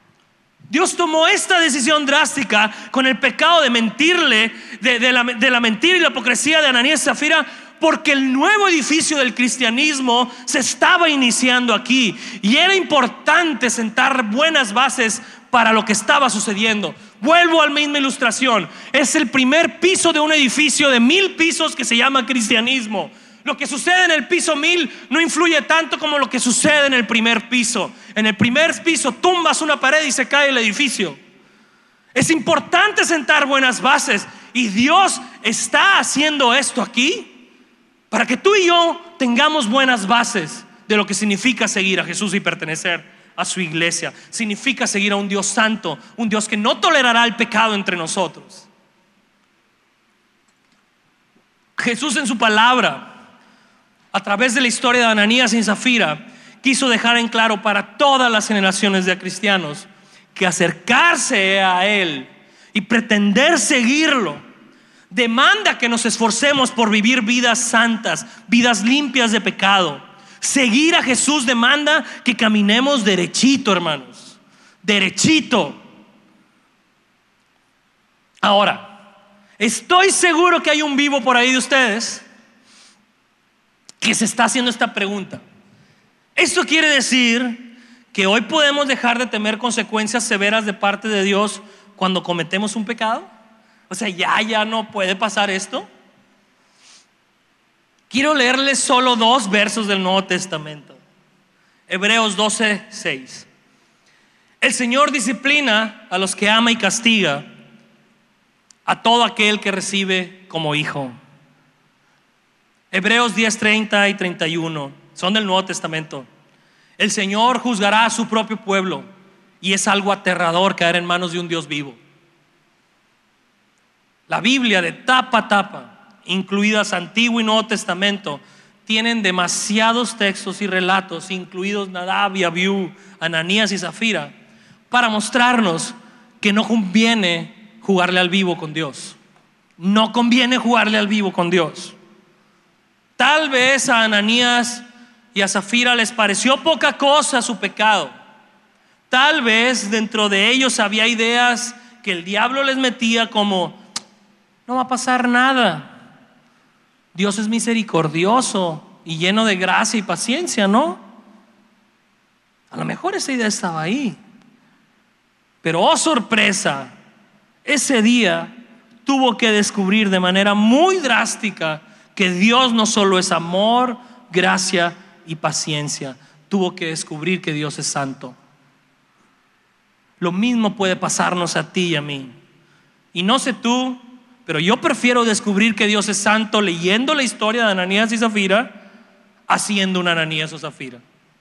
Dios tomó esta decisión drástica con el pecado de mentirle, de, de, la, de la mentira y la hipocresía de Ananías y Zafira, porque el nuevo edificio del cristianismo se estaba iniciando aquí y era importante sentar buenas bases para lo que estaba sucediendo. Vuelvo a la misma ilustración: es el primer piso de un edificio de mil pisos que se llama cristianismo. Lo que sucede en el piso mil no influye tanto como lo que sucede en el primer piso. En el primer piso tumbas una pared y se cae el edificio. Es importante sentar buenas bases, y Dios está haciendo esto aquí para que tú y yo tengamos buenas bases de lo que significa seguir a Jesús y pertenecer a su iglesia. Significa seguir a un Dios santo, un Dios que no tolerará el pecado entre nosotros. Jesús en su palabra, a través de la historia de Ananías y Zafira, quiso dejar en claro para todas las generaciones de cristianos que acercarse a Él y pretender seguirlo demanda que nos esforcemos por vivir vidas santas, vidas limpias de pecado. Seguir a Jesús demanda que caminemos derechito, hermanos, derechito. Ahora, estoy seguro que hay un vivo por ahí de ustedes que se está haciendo esta pregunta. ¿Esto quiere decir que hoy podemos dejar de temer consecuencias severas de parte de Dios cuando cometemos un pecado? O sea, ya, ya no puede pasar esto. Quiero leerles solo dos versos del Nuevo Testamento. Hebreos doce, seis. El Señor disciplina a los que ama y castiga a todo aquel que recibe como hijo. Hebreos diez, treinta y treinta y uno son del Nuevo Testamento. El Señor juzgará a su propio pueblo, y es algo aterrador caer en manos de un Dios vivo. La Biblia de tapa a tapa, incluidas Antiguo y Nuevo Testamento, tienen demasiados textos y relatos, incluidos Nadab y Abiú, Ananías y Zafira, para mostrarnos que no conviene jugarle al vivo con Dios. No conviene jugarle al vivo con Dios. Tal vez a Ananías y a Zafira les pareció poca cosa su pecado. Tal vez dentro de ellos había ideas que el diablo les metía como: no va a pasar nada, Dios es misericordioso y lleno de gracia y paciencia, ¿no? A lo mejor esa idea estaba ahí. Pero oh sorpresa, ese día tuvo que descubrir de manera muy drástica que Dios no solo es amor, gracia y paciencia. Tuvo que descubrir que Dios es santo. Lo mismo puede pasarnos a ti y a mí. Y no sé tú, pero yo prefiero descubrir que Dios es santo leyendo la historia de Ananías y Zafira, haciendo una Ananías o Zafira.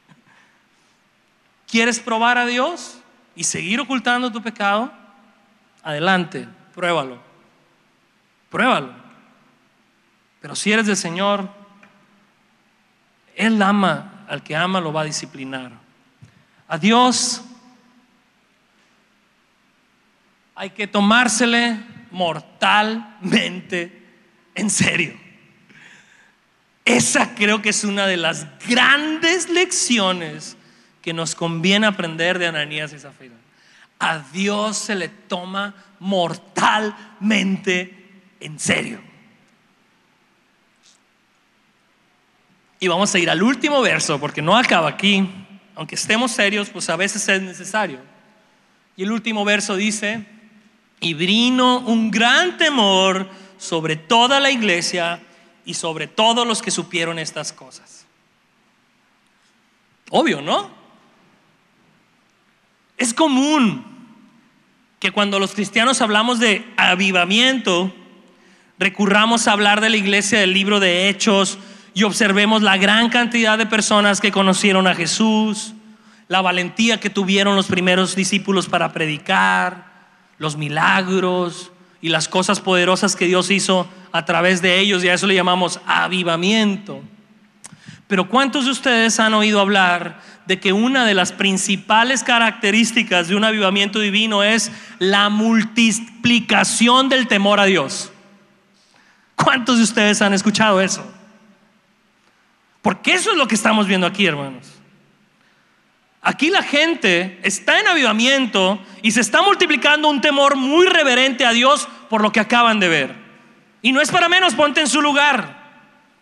¿Quieres probar a Dios y seguir ocultando tu pecado? Adelante, pruébalo. Pruébalo. Pero si eres del Señor, Él ama al que ama, lo va a disciplinar. A Dios hay que tomársele mortalmente en serio. Esa creo que es una de las grandes lecciones que nos conviene aprender de Ananías y Zafira. A Dios se le toma mortalmente en serio. Y vamos a ir al último verso, porque no acaba aquí. Aunque estemos serios, pues a veces es necesario. Y el último verso dice: y vino un gran temor sobre toda la iglesia y sobre todos los que supieron estas cosas. Obvio, ¿no? Es común que cuando los cristianos hablamos de avivamiento, recurramos a hablar de la iglesia del libro de Hechos y observemos la gran cantidad de personas que conocieron a Jesús, la valentía que tuvieron los primeros discípulos para predicar, los milagros y las cosas poderosas que Dios hizo a través de ellos, y a eso le llamamos avivamiento. Pero ¿cuántos de ustedes han oído hablar de que una de las principales características de un avivamiento divino es la multiplicación del temor a Dios? ¿Cuántos de ustedes han escuchado eso? Porque eso es lo que estamos viendo aquí, hermanos. Aquí la gente está en avivamiento y se está multiplicando un temor muy reverente a Dios por lo que acaban de ver. Y no es para menos, ponte en su lugar.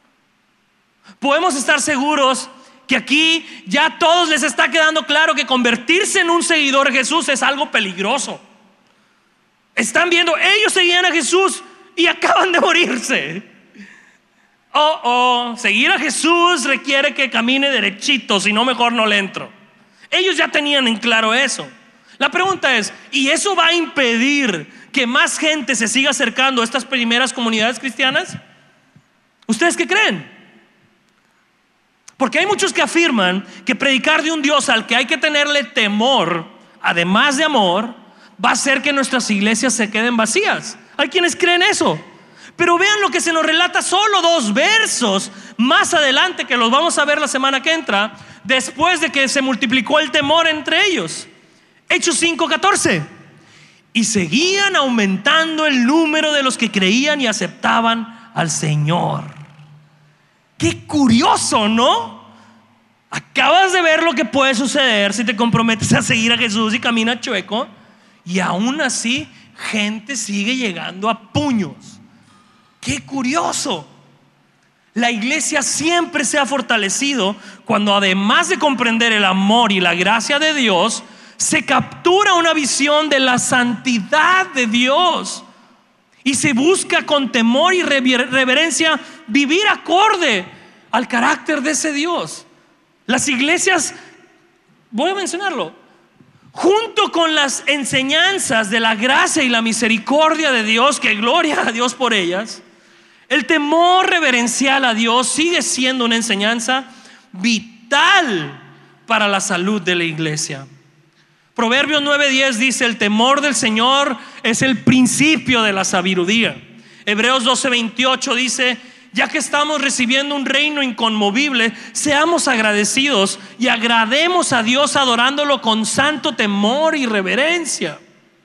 Podemos estar seguros que aquí ya a todos les está quedando claro que convertirse en un seguidor de Jesús es algo peligroso. Están viendo, ellos seguían a Jesús y acaban de morirse. Oh, oh, seguir a Jesús requiere que camine derechito, si no mejor no le entro. Ellos ya tenían en claro eso. La pregunta es, ¿y eso va a impedir que más gente se siga acercando a estas primeras comunidades cristianas? ¿Ustedes qué creen? Porque hay muchos que afirman que predicar de un Dios al que hay que tenerle temor, además de amor, va a hacer que nuestras iglesias se queden vacías. Hay quienes creen eso. Pero vean lo que se nos relata solo dos versos más adelante, que los vamos a ver la semana que entra, después de que se multiplicó el temor entre ellos. Hechos cinco catorce. Y seguían aumentando el número de los que creían y aceptaban al Señor. Qué curioso, ¿no? Acabas de ver lo que puede suceder si te comprometes a seguir a Jesús y caminas chueco, y aún así gente sigue llegando a puños. Qué curioso. La iglesia siempre se ha fortalecido cuando, además de comprender el amor y la gracia de Dios, se captura una visión de la santidad de Dios y se busca con temor y reverencia vivir acorde al carácter de ese Dios. Las iglesias, voy a mencionarlo, junto con las enseñanzas de la gracia y la misericordia de Dios, que gloria a Dios por ellas, el temor reverencial a Dios sigue siendo una enseñanza vital para la salud de la iglesia. Proverbios nueve diez dice: el temor del Señor es el principio de la sabiduría. Hebreos doce veintiocho dice: ya que estamos recibiendo un reino inconmovible, seamos agradecidos y agrademos a Dios adorándolo con santo temor y reverencia.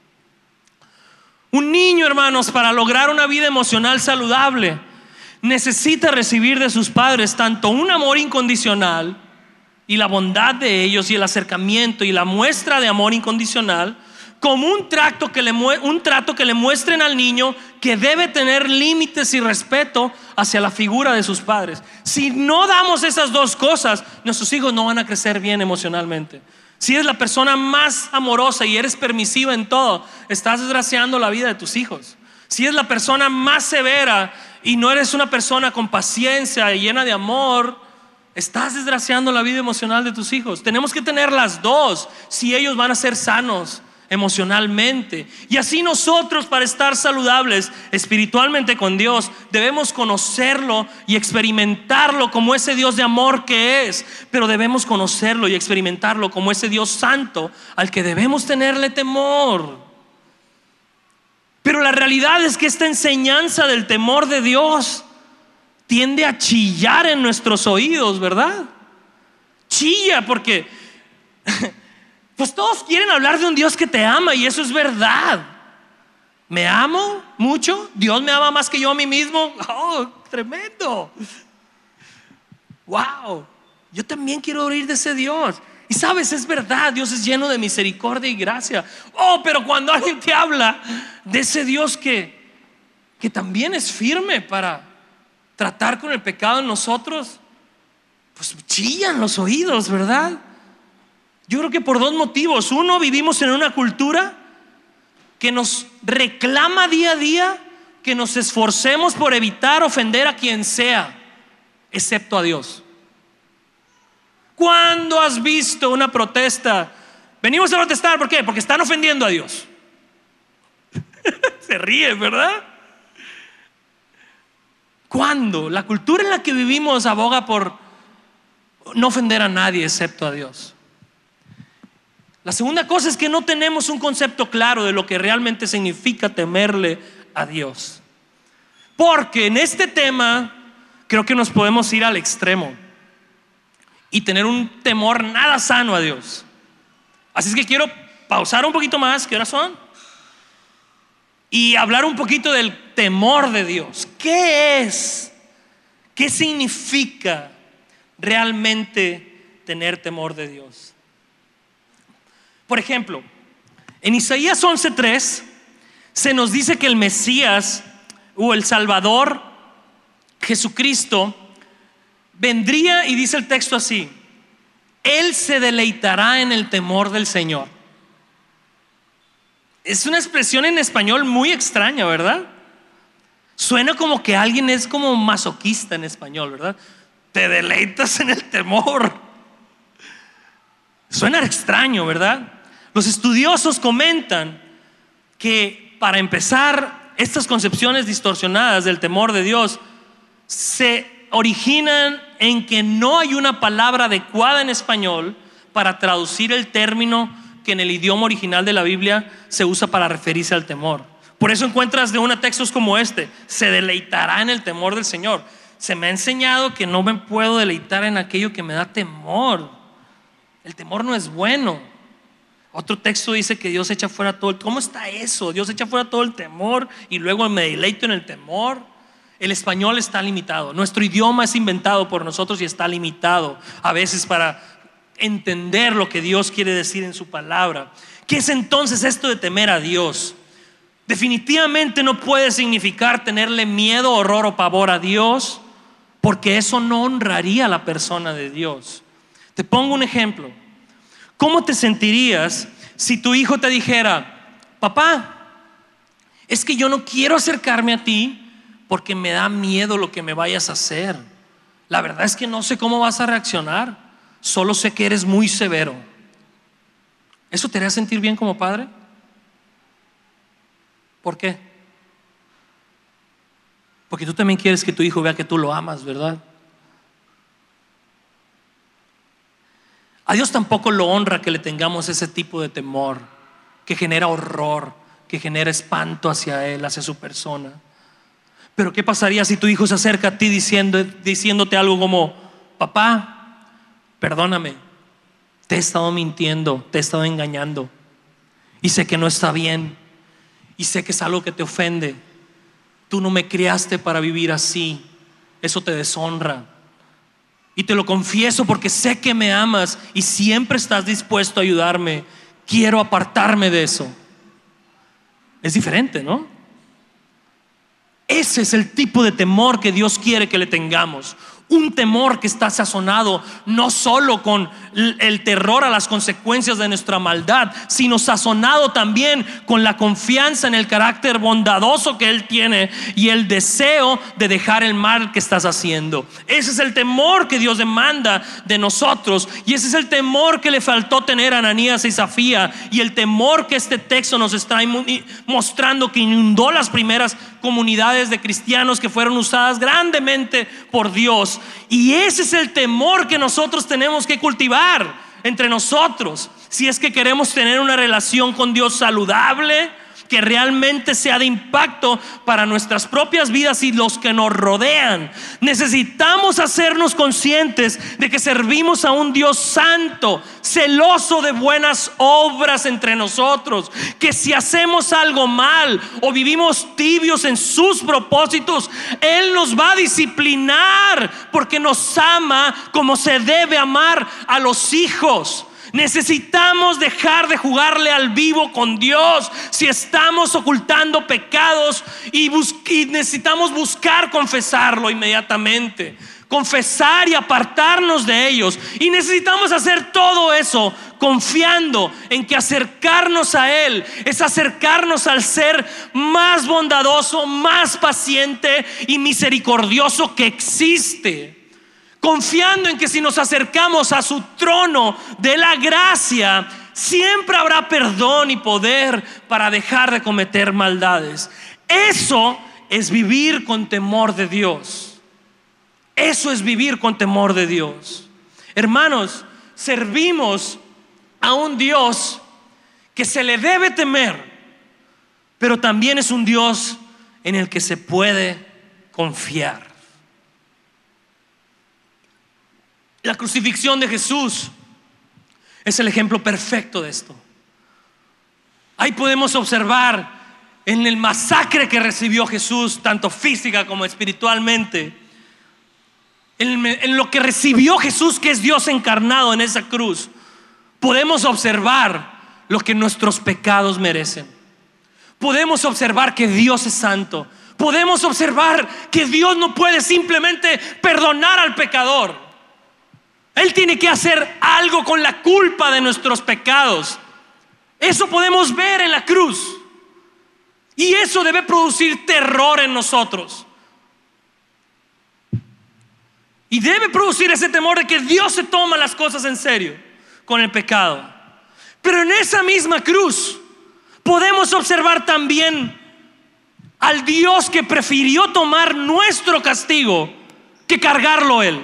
Un niño, hermanos, para lograr una vida emocional saludable, necesita recibir de sus padres tanto un amor incondicional y la bondad de ellos y el acercamiento y la muestra de amor incondicional, como un trato que le, un trato que le muestren al niño que debe tener límites y respeto hacia la figura de sus padres. Si no damos esas dos cosas, nuestros hijos no van a crecer bien emocionalmente. Si eres la persona más amorosa y eres permisiva en todo, estás desgraciando la vida de tus hijos. Si eres la persona más severa y no eres una persona con paciencia y llena de amor, estás desgraciando la vida emocional de tus hijos. Tenemos que tener las dos si ellos van a ser sanos emocionalmente. Y así nosotros, para estar saludables espiritualmente con Dios, debemos conocerlo y experimentarlo como ese Dios de amor que es, pero debemos conocerlo y experimentarlo como ese Dios santo al que debemos tenerle temor. Pero la realidad es que esta enseñanza del temor de Dios tiende a chillar en nuestros oídos, ¿verdad? Chilla porque pues todos quieren hablar de un Dios que te ama, y eso es verdad. ¿Me amo mucho? ¿Dios me ama más que yo a mí mismo? Oh, tremendo. Wow, yo también quiero oír de ese Dios. Y sabes, es verdad, Dios es lleno de misericordia y gracia. Oh, pero cuando alguien te habla de ese Dios que, que también es firme para tratar con el pecado en nosotros, pues chillan los oídos, ¿verdad? Yo creo que por dos motivos. Uno, vivimos en una cultura que nos reclama día a día que nos esforcemos por evitar ofender a quien sea, excepto a Dios. ¿Cuándo has visto una protesta? Venimos a protestar, ¿por qué? Porque están ofendiendo a Dios. Se ríe, ¿verdad? ¿Cuándo? La cultura en la que vivimos aboga por no ofender a nadie excepto a Dios. La segunda cosa es que no tenemos un concepto claro de lo que realmente significa temerle a Dios. Porque en este tema creo que nos podemos ir al extremo y tener un temor nada sano a Dios. Así es que quiero pausar un poquito más. ¿Qué horas son? Y hablar un poquito del temor de Dios. ¿Qué es? ¿Qué significa realmente tener temor de Dios? Por ejemplo, en Isaías once tres se nos dice que el Mesías o el Salvador, Jesucristo, vendría, y dice el texto así: Él se deleitará en el temor del Señor. Es una expresión en español muy extraña, ¿verdad? Suena como que alguien es como masoquista en español, ¿verdad? Te deleitas en el temor. Suena extraño, ¿verdad? Los estudiosos comentan que, para empezar, estas concepciones distorsionadas del temor de Dios se originan en que no hay una palabra adecuada en español para traducir el término que en el idioma original de la Biblia se usa para referirse al temor. Por eso encuentras de una textos como este: se deleitará en el temor del Señor. Se me ha enseñado que no me puedo deleitar en aquello que me da temor. El temor no es bueno. Otro texto dice que Dios echa fuera todo el... ¿Cómo está eso? Dios echa fuera todo el temor y luego me deleito en el temor. El español está limitado. Nuestro idioma es inventado por nosotros y está limitado a veces para entender lo que Dios quiere decir en su palabra. ¿Qué es entonces esto de temer a Dios? Definitivamente no puede significar tenerle miedo, horror o pavor a Dios, porque eso no honraría a la persona de Dios. Te pongo un ejemplo. ¿Cómo te sentirías si tu hijo te dijera: papá, es que yo no quiero acercarme a ti porque me da miedo lo que me vayas a hacer? La verdad es que no sé cómo vas a reaccionar, solo sé que eres muy severo. ¿Eso te haría sentir bien como padre? ¿Por qué? Porque tú también quieres que tu hijo vea que tú lo amas, ¿verdad? A Dios tampoco lo honra que le tengamos ese tipo de temor que genera horror, que genera espanto hacia Él, hacia su persona. Pero ¿qué pasaría si tu hijo se acerca a ti diciendo, diciéndote algo como: papá, perdóname, te he estado mintiendo, te he estado engañando, y sé que no está bien, y sé que es algo que te ofende, tú no me criaste para vivir así, eso te deshonra, y te lo confieso porque sé que me amas y siempre estás dispuesto a ayudarme, quiero apartarme de eso? Es diferente, ¿no? Ese es el tipo de temor que Dios quiere que le tengamos. Un temor que está sazonado no solo con el terror a las consecuencias de nuestra maldad, sino sazonado también con la confianza en el carácter bondadoso que Él tiene y el deseo de dejar el mal que estás haciendo. Ese es el temor que Dios demanda de nosotros, y ese es el temor que le faltó tener a Ananías y Zafira, y el temor que este texto nos está mostrando, que inundó las primeras comunidades de cristianos que fueron usadas grandemente por Dios. Y ese es el temor que nosotros tenemos que cultivar entre nosotros si es que queremos tener una relación con Dios saludable, que realmente sea de impacto para nuestras propias vidas y los que nos rodean. Necesitamos hacernos conscientes de que servimos a un Dios santo, celoso de buenas obras entre nosotros, que si hacemos algo mal o vivimos tibios en sus propósitos, Él nos va a disciplinar porque nos ama como se debe amar a los hijos. Necesitamos dejar de jugarle al vivo con Dios si estamos ocultando pecados, y, bus- y necesitamos buscar confesarlo inmediatamente, confesar y apartarnos de ellos. Y necesitamos hacer todo eso confiando en que acercarnos a Él es acercarnos al ser más bondadoso, más paciente y misericordioso que existe. Confiando en que si nos acercamos a su trono de la gracia, siempre habrá perdón y poder para dejar de cometer maldades. Eso es vivir con temor de Dios. Eso es vivir con temor de Dios. Hermanos, servimos a un Dios que se le debe temer, pero también es un Dios en el que se puede confiar. La crucifixión de Jesús es el ejemplo perfecto de esto. Ahí podemos observar en el masacre que recibió Jesús, tanto física como espiritualmente, en, en lo que recibió Jesús, que es Dios encarnado en esa cruz, podemos observar lo que nuestros pecados merecen. Podemos observar que Dios es santo. Podemos observar que Dios no puede simplemente perdonar al pecador. Él tiene que hacer algo con la culpa de nuestros pecados. Eso podemos ver en la cruz, y eso debe producir terror en nosotros, y debe producir ese temor de que Dios se toma las cosas en serio con el pecado. Pero en esa misma cruz podemos observar también al Dios que prefirió tomar nuestro castigo que cargarlo Él.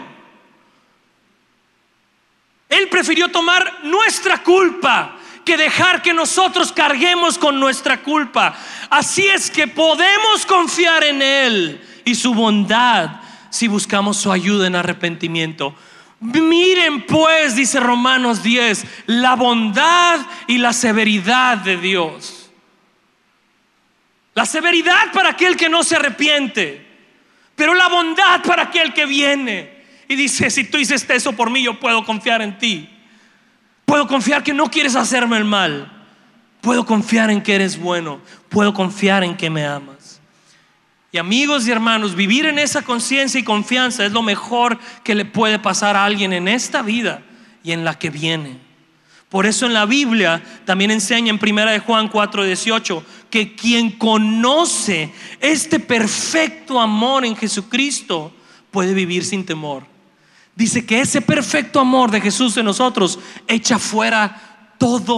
Él prefirió tomar nuestra culpa que dejar que nosotros carguemos con nuestra culpa. Así es que podemos confiar en Él y su bondad si buscamos su ayuda en arrepentimiento. Miren pues, dice Romanos diez, la bondad y la severidad de Dios. La severidad para aquel que no se arrepiente, pero la bondad para aquel que viene y dice: si tú hiciste eso por mí, yo puedo confiar en ti. Puedo confiar que no quieres hacerme el mal. Puedo confiar en que eres bueno. Puedo confiar en que me amas. Y amigos y hermanos, vivir en esa conciencia y confianza es lo mejor que le puede pasar a alguien en esta vida y en la que viene. Por eso en la Biblia también enseña en primera de Juan cuatro dieciocho que quien conoce este perfecto amor en Jesucristo puede vivir sin temor. Dice que ese perfecto amor de Jesús en nosotros echa fuera todo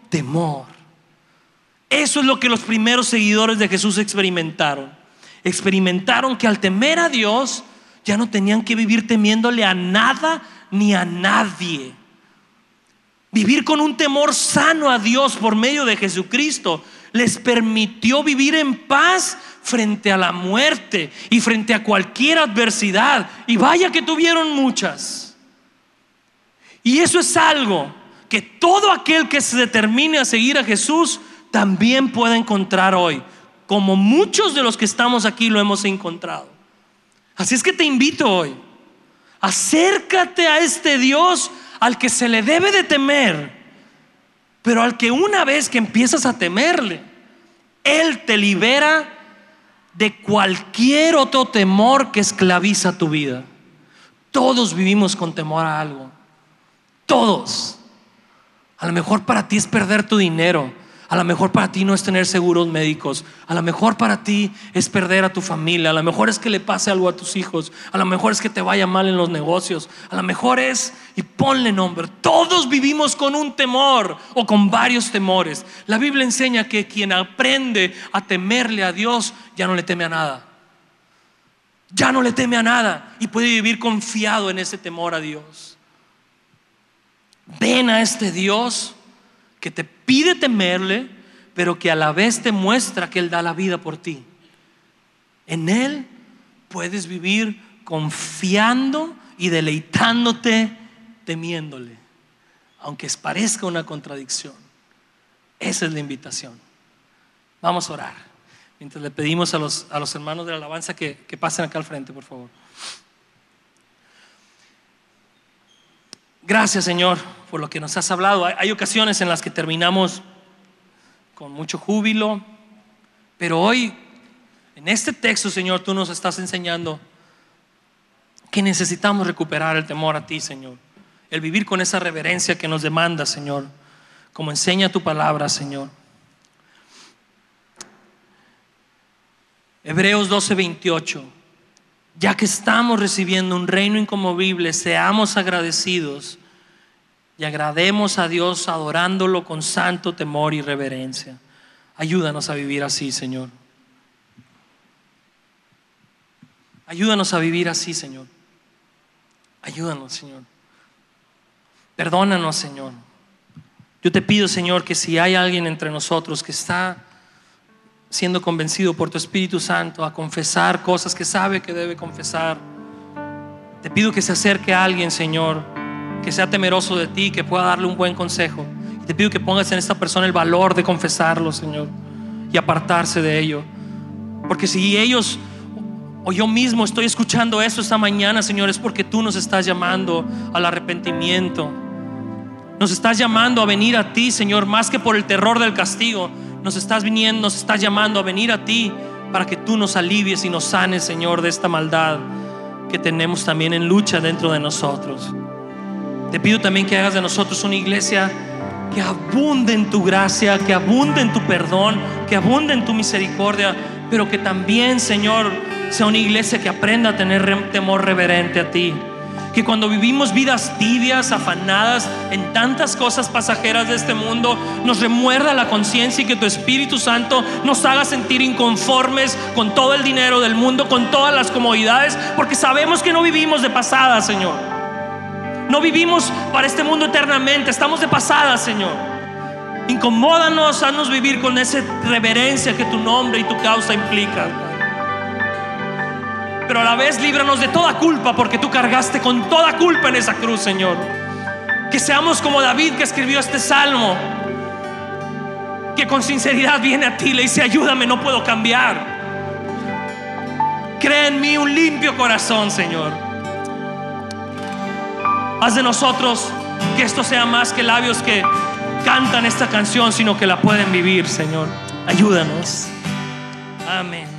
temor. Eso es lo que los primeros seguidores de Jesús experimentaron. Experimentaron que al temer a Dios ya no tenían que vivir temiéndole a nada ni a nadie. Vivir con un temor sano a Dios por medio de Jesucristo les permitió vivir en paz frente a la muerte y frente a cualquier adversidad. Y vaya que tuvieron muchas. Y eso es algo que todo aquel que se determine a seguir a Jesús también puede encontrar hoy, como muchos de los que estamos aquí lo hemos encontrado. Así es que te invito hoy, acércate a este Dios al que se le debe de temer, pero al que una vez que empiezas a temerle, Él te libera de cualquier otro temor que esclaviza tu vida. Todos vivimos con temor a algo. Todos. A lo mejor para ti es perder tu dinero. A lo mejor para ti no es tener seguros médicos. A lo mejor para ti es perder a tu familia. A lo mejor es que le pase algo a tus hijos. A lo mejor es que te vaya mal en los negocios. A lo mejor es, y ponle nombre, todos vivimos con un temor o con varios temores. La Biblia enseña que quien aprende a temerle a Dios ya no le teme a nada. Ya no le teme a nada y puede vivir confiado en ese temor a Dios. Ven a este Dios que te pide temerle, pero que a la vez te muestra que Él da la vida por ti. En Él puedes vivir confiando y deleitándote temiéndole, aunque parezca una contradicción. Esa es la invitación. Vamos a orar mientras le pedimos a los, a los hermanos de la alabanza que, que pasen acá al frente, por favor. Gracias, Señor, por lo que nos has hablado. Hay, hay ocasiones en las que terminamos con mucho júbilo, pero hoy en este texto, Señor, tú nos estás enseñando que necesitamos recuperar el temor a ti, Señor, el vivir con esa reverencia que nos demanda, Señor, como enseña tu palabra, Señor. Hebreos doce veintiocho. Ya que estamos recibiendo un reino inconmovible, seamos agradecidos y agrademos a Dios adorándolo con santo temor y reverencia. Ayúdanos a vivir así, Señor. Ayúdanos a vivir así, Señor. Ayúdanos, Señor. Perdónanos, Señor. Yo te pido, Señor, que si hay alguien entre nosotros que está siendo convencido por tu Espíritu Santo a confesar cosas que sabe que debe confesar, te pido que se acerque a alguien, Señor, que sea temeroso de ti, que pueda darle un buen consejo. Y te pido que pongas en esta persona el valor de confesarlo, Señor, y apartarse de ello. Porque si ellos o yo mismo estoy escuchando eso esta mañana, Señor, es porque tú nos estás llamando al arrepentimiento. Nos estás llamando a venir a ti, Señor, más que por el terror del castigo. Nos estás viniendo, nos estás llamando a venir a ti para que tú nos alivies y nos sanes, Señor, de esta maldad que tenemos también en lucha dentro de nosotros. Te pido también que hagas de nosotros una iglesia que abunde en tu gracia, que abunde en tu perdón, que abunde en tu misericordia, pero que también, Señor, sea una iglesia que aprenda a tener temor reverente a ti. Que cuando vivimos vidas tibias, afanadas en tantas cosas pasajeras de este mundo, nos remuerda la conciencia y que tu Espíritu Santo nos haga sentir inconformes con todo el dinero del mundo, con todas las comodidades, porque sabemos que no vivimos de pasada, Señor. No vivimos para este mundo eternamente, estamos de pasada, Señor. Incomódanos, haznos vivir con esa reverencia que tu nombre y tu causa implican. Pero a la vez líbranos de toda culpa, porque tú cargaste con toda culpa en esa cruz, Señor. Que seamos como David, que escribió este salmo, que con sinceridad viene a ti y le dice: ayúdame, no puedo cambiar. Crea en mí un limpio corazón, Señor. Haz de nosotros que esto sea más que labios que cantan esta canción, sino que la pueden vivir, Señor. Ayúdanos. Amén.